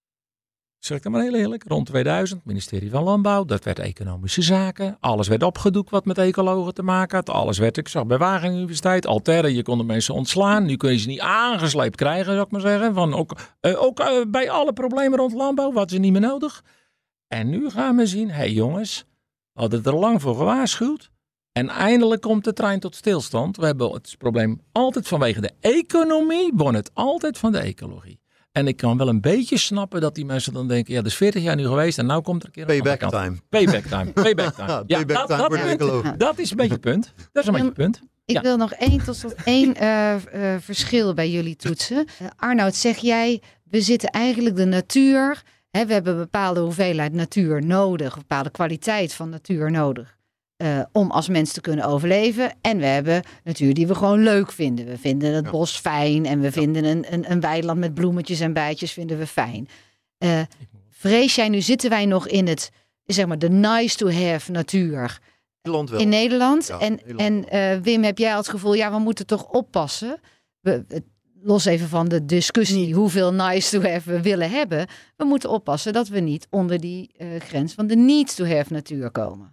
Zeg ik dan maar heel eerlijk. Rond tweeduizend, ministerie van Landbouw. Dat werd economische zaken. Alles werd opgedoekt wat met ecologen te maken had. Alles werd, ik zag bij Wageningen Universiteit. Alterre, je kon de mensen ontslaan. Nu kun je ze niet aangesleept krijgen, zou ik maar zeggen. Van ook uh, ook uh, bij alle problemen rond landbouw. Wat is er niet meer nodig. En nu gaan we zien, hé hey jongens, we hadden er lang voor gewaarschuwd. En eindelijk komt de trein tot stilstand. We hebben het probleem altijd vanwege de economie, won het altijd van de ecologie. En ik kan wel een beetje snappen dat die mensen dan denken, ja, dat is veertig jaar nu geweest en nou komt er een keer een Payback time. Payback time. Payback time. Ja, Payback dat, time dat, voor de ecologie. dat is een beetje het punt. Dat is een beetje het punt. Ik Ja. wil nog één tot tot één uh, uh, verschil bij jullie toetsen. Uh, Arnoud, zeg jij, we zitten eigenlijk de natuur, hè, we hebben een bepaalde hoeveelheid natuur nodig, een bepaalde kwaliteit van natuur nodig. Uh, om als mens te kunnen overleven. En we hebben natuur die we gewoon leuk vinden. We vinden het Ja. bos fijn. En we ja. vinden een, een, een weiland met bloemetjes en bijtjes vinden we fijn. Uh, vrees jij, nu zitten wij nog in het, zeg maar, de nice to have natuur. Nederland wel. In Nederland. Ja, en Nederland en uh, Wim, heb jij al het gevoel, ja, we moeten toch oppassen. We, we, los even van de discussie Niet. hoeveel nice to have we willen hebben. We moeten oppassen dat we niet onder die uh, grens van de need to have natuur komen.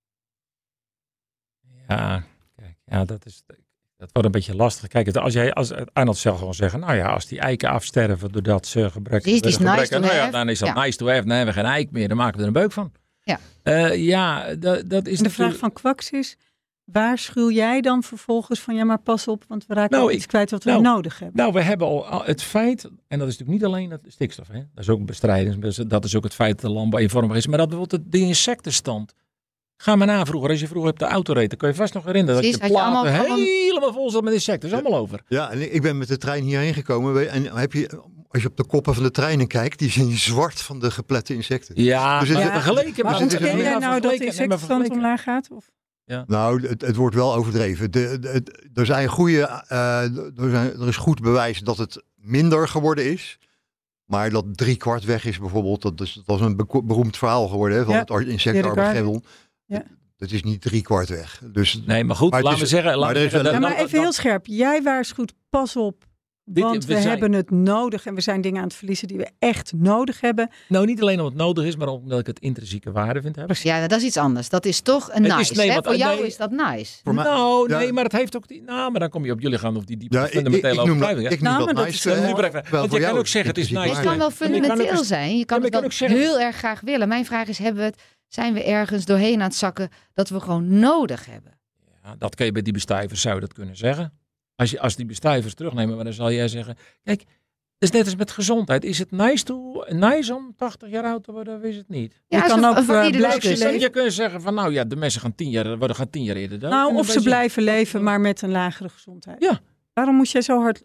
Ja, kijk, ja, dat is, dat wordt een beetje lastig. Kijk, als jij, als Arnold zou gewoon zeggen, nou ja, als die eiken afsterven doordat ze gebrek Is die gebrek, nice to nou ja, have? dan is dat Ja. nice to have. Dan hebben we geen eik meer, dan maken we er een beuk van. Ja, uh, ja dat, dat is En de vraag natuurlijk... van Kwaks is, waarschuw jij dan vervolgens van, ja, maar pas op, want we raken Nou, al ik- iets kwijt wat we nou, nodig hebben. Nou, we hebben al al het feit, en dat is natuurlijk niet alleen het stikstof, hè? Dat is ook bestrijding, dat is ook het feit dat de landbouw eenvormig is, maar dat bijvoorbeeld de insectenstand. Ga maar na vroeger, als je vroeger op de auto reed, dan kun je vast nog herinneren dat Precies, je had je platen allemaal- allemaal- helemaal vol zat met insecten. Dat is allemaal over. Ja, en ik ben met de trein hierheen gekomen. En heb je, als je op de koppen van de treinen kijkt, die zijn zwart van de geplette insecten. Ja, Dus het- maar ja, vergeleken Maar dus met... het is ontken een- jij maar nou dat de vergeleken- nee, maar insectenstand vergeleken- omlaag gaat? Of? Nou, het, het wordt wel overdreven. De, de, het- er zijn goede, uh, er, zijn, er is goed bewijs dat het minder geworden is. Maar dat drie kwart weg is bijvoorbeeld, dat is, dat is een be- beroemd verhaal geworden, hè, van Ja, het ar- insect Erik Armageddon. Ja. Het is niet drie kwart weg. Dus Nee, maar goed, Maar het laten we is- zeggen... maar laten we er is zeggen wel- Ja, dat- maar even heel scherp. Jij waarschuwt, pas op, Dit- want we we zijn- hebben het nodig en we zijn dingen aan het verliezen die we echt nodig hebben. Nou, niet alleen omdat het nodig is, maar omdat ik het intrinsieke waarde vind hebben. ja, dat is iets anders. Dat is toch een Het nice. is- nee, hè? wat- Voor jou nee. is dat nice. voor mij- Nou, ja. nee, maar het heeft ook die... Nou, maar dan kom je op jullie gaan of die diepe ja, ik, ik, ik fundamentele noem dat, overtuiging. ik noem Nou, dat maar dat nice is to wel- have. Nu even, Wel want voor jij kan jou ook zeggen, het is intrinsiek nice. Het kan wel Ja, maar je kan ook fundamenteel eens- zijn. Je kan Ja, maar het je wel kan ook zeggen- heel erg graag willen. Mijn vraag is, hebben we het, zijn we ergens doorheen aan het zakken dat we gewoon nodig hebben? Ja, dat kun je bij die bestuivers, zou je dat kunnen zeggen. Als, je, als die bestuivers terugnemen, maar dan zal jij zeggen... Kijk, het is net als met gezondheid. Is het nice, to, nice om tachtig jaar oud te worden of is het niet? Je is kan een- ook, een valide eh, blijven discussie. leven. Je kunt zeggen van nou ja, de mensen gaan tien jaar, worden gaan tien jaar eerder dood. En Nou, dan of ben ze je- blijven leven, maar met een lagere gezondheid. Ja. Waarom moest jij zo hard...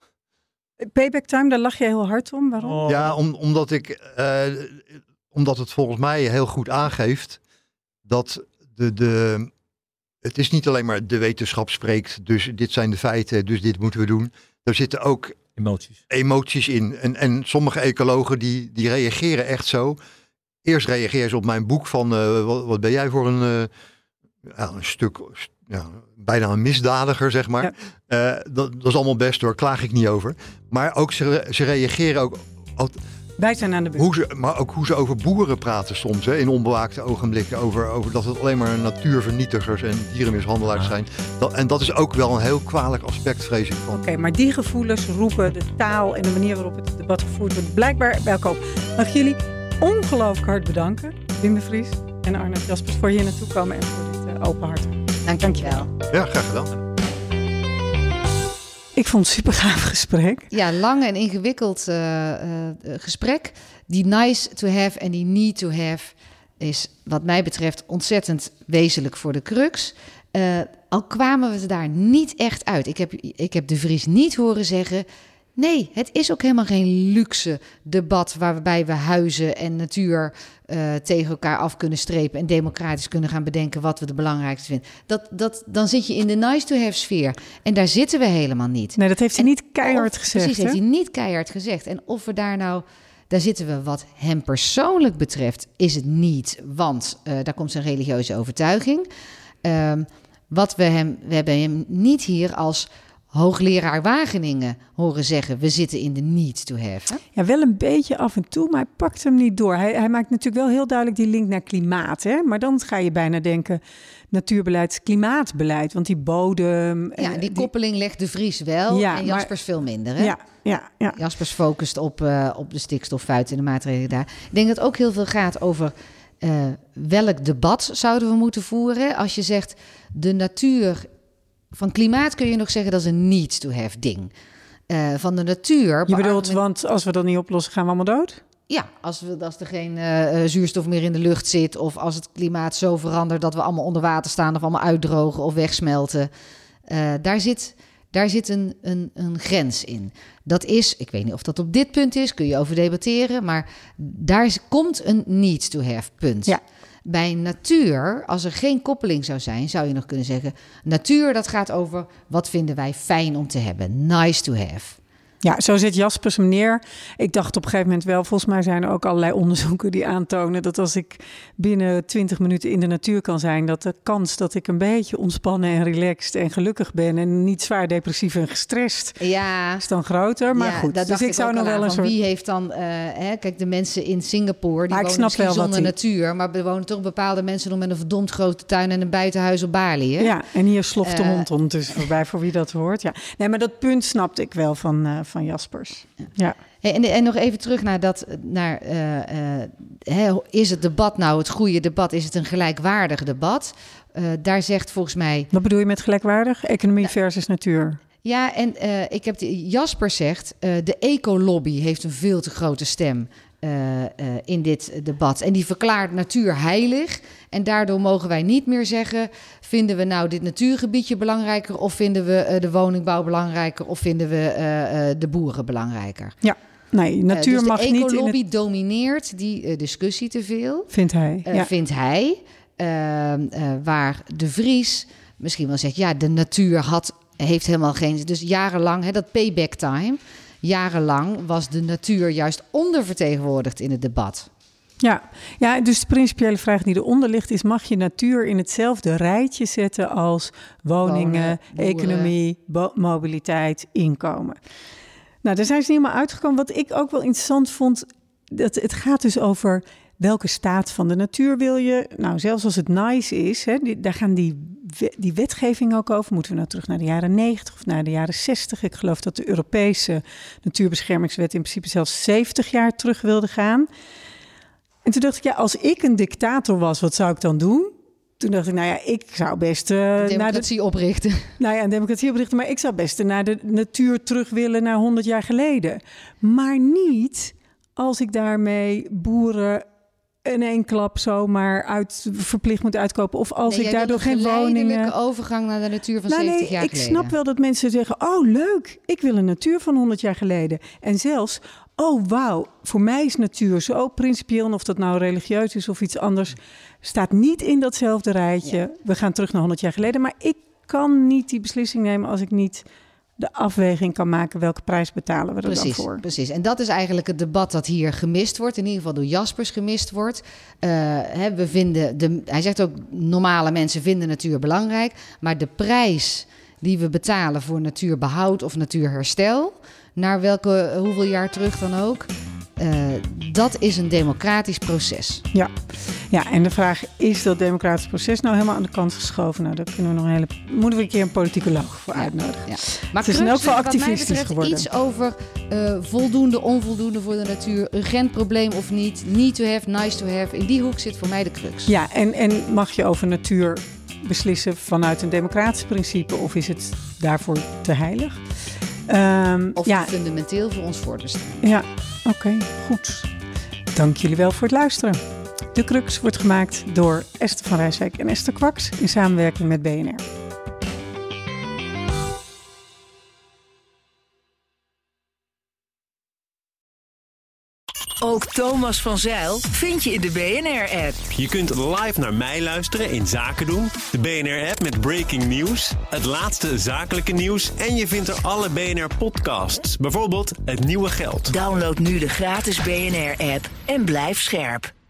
Payback time, daar lach je heel hard om. Waarom? Oh. Ja, om, omdat ik, eh, omdat het volgens mij heel goed aangeeft dat de, de, het is niet alleen maar de wetenschap spreekt, dus dit zijn de feiten, dus dit moeten we doen. Er zitten ook Emoties. emoties in. En, en sommige ecologen die, die reageren echt zo. Eerst reageer ze op mijn boek van, uh, wat, wat ben jij voor een, uh, ja, een stuk, ja, bijna een misdadiger, zeg maar. Ja. Uh, dat, dat is allemaal best hoor, klaag ik niet over. Maar ook ze, ze reageren ook... Wij zijn aan de beurt. Hoe ze, maar ook hoe ze over boeren praten soms, hè, in onbewaakte ogenblikken. Over, over dat het alleen maar natuurvernietigers en dierenmishandelaars Ah. zijn. Dat, en dat is ook wel een heel kwalijk aspect, vrees ik. Van. Oké, okay, maar die gevoelens roepen de taal en de manier waarop het debat gevoerd wordt blijkbaar bij elkaar op. Mag ik jullie ongelooflijk hard bedanken, Wim de Vries en Arnoud Jaspers, voor hier naartoe komen en voor dit uh, open hart. Dank, Dankjewel. Ja, graag gedaan. Ik vond het een super gaaf gesprek. Ja, lang en ingewikkeld uh, uh, gesprek. Die nice to have en die need to have is wat mij betreft ontzettend wezenlijk voor de crux. Uh, al kwamen we daar niet echt uit. Ik heb, ik heb de Vries niet horen zeggen... Nee, het is ook helemaal geen luxe debat waarbij we huizen en natuur uh, tegen elkaar af kunnen strepen en democratisch kunnen gaan bedenken wat we de belangrijkste vinden. Dat, dat, dan zit je in de nice-to-have sfeer en daar zitten we helemaal niet. Nee, dat heeft hij en niet keihard of, gezegd. Precies, hè? heeft hij niet keihard gezegd. En of we daar nou, daar zitten we wat hem persoonlijk betreft, is het niet, want uh, daar komt zijn religieuze overtuiging. Um, wat we hem, we hebben hem niet hier als hoogleraar Wageningen horen zeggen, we zitten in de need to have. Hè? Ja, wel een beetje af en toe, maar hij pakt hem niet door. Hij, hij maakt natuurlijk wel heel duidelijk die link naar klimaat. Hè? Maar dan ga je bijna denken, natuurbeleid is klimaatbeleid. Want die bodem... Ja, die, die koppeling legt de Vries wel ja, en Jaspers maar, veel minder. Hè? Ja, ja, ja. Jaspers focust op, uh, op de stikstoffuit en de maatregelen daar. Ik denk dat het ook heel veel gaat over uh, welk debat zouden we moeten voeren. Als je zegt, de natuur... Van klimaat kun je nog zeggen, dat is een need to have ding. Uh, van de natuur... Je bedoelt, want als we dat niet oplossen, gaan we allemaal dood? Ja, als, we, als er geen uh, zuurstof meer in de lucht zit... of als het klimaat zo verandert dat we allemaal onder water staan... of allemaal uitdrogen of wegsmelten. Uh, daar zit, daar zit een, een, een grens in. Dat is, ik weet niet of dat op dit punt is, kun je over debatteren... maar daar is, komt een need to have punt. Ja. Bij natuur, als er geen koppeling zou zijn, zou je nog kunnen zeggen... natuur, dat gaat over wat vinden wij fijn om te hebben. Nice to have. Ja, zo zet Jaspers hem neer. Ik dacht op een gegeven moment wel, volgens mij zijn er ook allerlei onderzoeken die aantonen dat als ik binnen twintig minuten in de natuur kan zijn, dat de kans dat ik een beetje ontspannen en relaxed en gelukkig ben en niet zwaar depressief en gestrest ja, is dan groter. Maar ja, goed, dat dus ik, ik zou nog wel een soort... Wie heeft dan, uh, hè, kijk, de mensen in Singapore, die maar wonen misschien wel zonder die... natuur, maar er wonen toch bepaalde mensen nog met een verdomd grote tuin en een buitenhuis op Bali. Hè? Ja, en hier sloft de uh, hond ondertussen voorbij voor wie dat hoort. Ja. Nee, maar dat punt snapte ik wel van, uh, van Jaspers. Ja. Ja. Hey, en, en nog even terug naar dat, naar, uh, uh, hè, is het debat nou het goede debat? Is het een gelijkwaardig debat? Uh, daar zegt volgens mij... Wat bedoel je met gelijkwaardig? Economie versus natuur. Ja, en uh, ik heb de, Jasper zegt, uh, de ecolobby heeft een veel te grote stem uh, uh, in dit debat. En die verklaart natuur heilig. En daardoor mogen wij niet meer zeggen, vinden we nou dit natuurgebiedje belangrijker of vinden we uh, de woningbouw belangrijker of vinden we uh, uh, de boeren belangrijker? Ja, nee, natuur uh, dus mag niet in de ecolobby het... domineert die uh, discussie te veel. Vindt hij. Uh, ja. Vindt hij. Uh, uh, waar de Vries misschien wel zegt, ja, de natuur had, heeft helemaal geen... Dus jarenlang, hè, dat payback time, jarenlang was de natuur juist ondervertegenwoordigd in het debat. Ja. ja, dus de principiële vraag die eronder ligt is, mag je natuur in hetzelfde rijtje zetten als woningen, Wonen, economie, bo- mobiliteit, inkomen? Nou, daar zijn ze niet helemaal uitgekomen. Wat ik ook wel interessant vond, dat het gaat dus over welke staat van de natuur wil je. Nou, zelfs als het nice is, hè, die, daar gaan die, die wetgeving ook over. Moeten we nou terug naar de jaren negentig of naar de jaren zestig? Ik geloof dat de Europese natuurbeschermingswet in principe zelfs zeventig jaar terug wilde gaan. En toen dacht ik, ja, als ik een dictator was, wat zou ik dan doen? Toen dacht ik, nou ja, ik zou best... Uh, de democratie naar de, oprichten. Nou ja, een democratie oprichten, maar ik zou best naar de natuur terug willen naar honderd jaar geleden. Maar niet als ik daarmee boeren in één klap zomaar uit, verplicht moet uitkopen. Of als nee, ik daardoor geen woningen... Een geleidelijke overgang naar de natuur van nou, zeventig nee, jaar ik geleden. Ik snap wel dat mensen zeggen, oh leuk, ik wil een natuur van honderd jaar geleden. En zelfs, oh wauw, voor mij is natuur zo principieel, en of dat nou religieus is of iets anders, staat niet in datzelfde rijtje. Ja. We gaan terug naar honderd jaar geleden. Maar ik kan niet die beslissing nemen als ik niet de afweging kan maken, welke prijs betalen we er precies, dan voor. Precies, en dat is eigenlijk het debat dat hier gemist wordt. In ieder geval door Jaspers gemist wordt. Uh, hè, we vinden de, hij zegt ook, normale mensen vinden natuur belangrijk. Maar de prijs die we betalen voor natuurbehoud of natuurherstel, naar welke, hoeveel jaar terug dan ook, Uh, dat is een democratisch proces. Ja. ja, en de vraag, is dat democratisch proces nou helemaal aan de kant geschoven? Nou, daar kunnen we nog een hele, moeten we een keer een politicoloog voor uitnodigen. Ja, ja. Maar het is ook wel activistisch betreft, geworden. Iets over uh, voldoende, onvoldoende voor de natuur, urgent probleem of niet, need to have, nice to have. In die hoek zit voor mij de crux. Ja, en, en mag je over natuur beslissen vanuit een democratisch principe of is het daarvoor te heilig? Um, of ja. fundamenteel voor ons voor te staan. Ja, oké, okay, goed. Dank jullie wel voor het luisteren. De Crux wordt gemaakt door Esther van Rijswijk en Esther Kwaks in samenwerking met B N R. Ook Thomas van Zijl vind je in de B N R-app. Je kunt live naar mij luisteren in Zaken doen, de B N R-app met breaking news, het laatste zakelijke nieuws en je vindt er alle B N R-podcasts, bijvoorbeeld Het Nieuwe Geld. Download nu de gratis B N R-app en blijf scherp.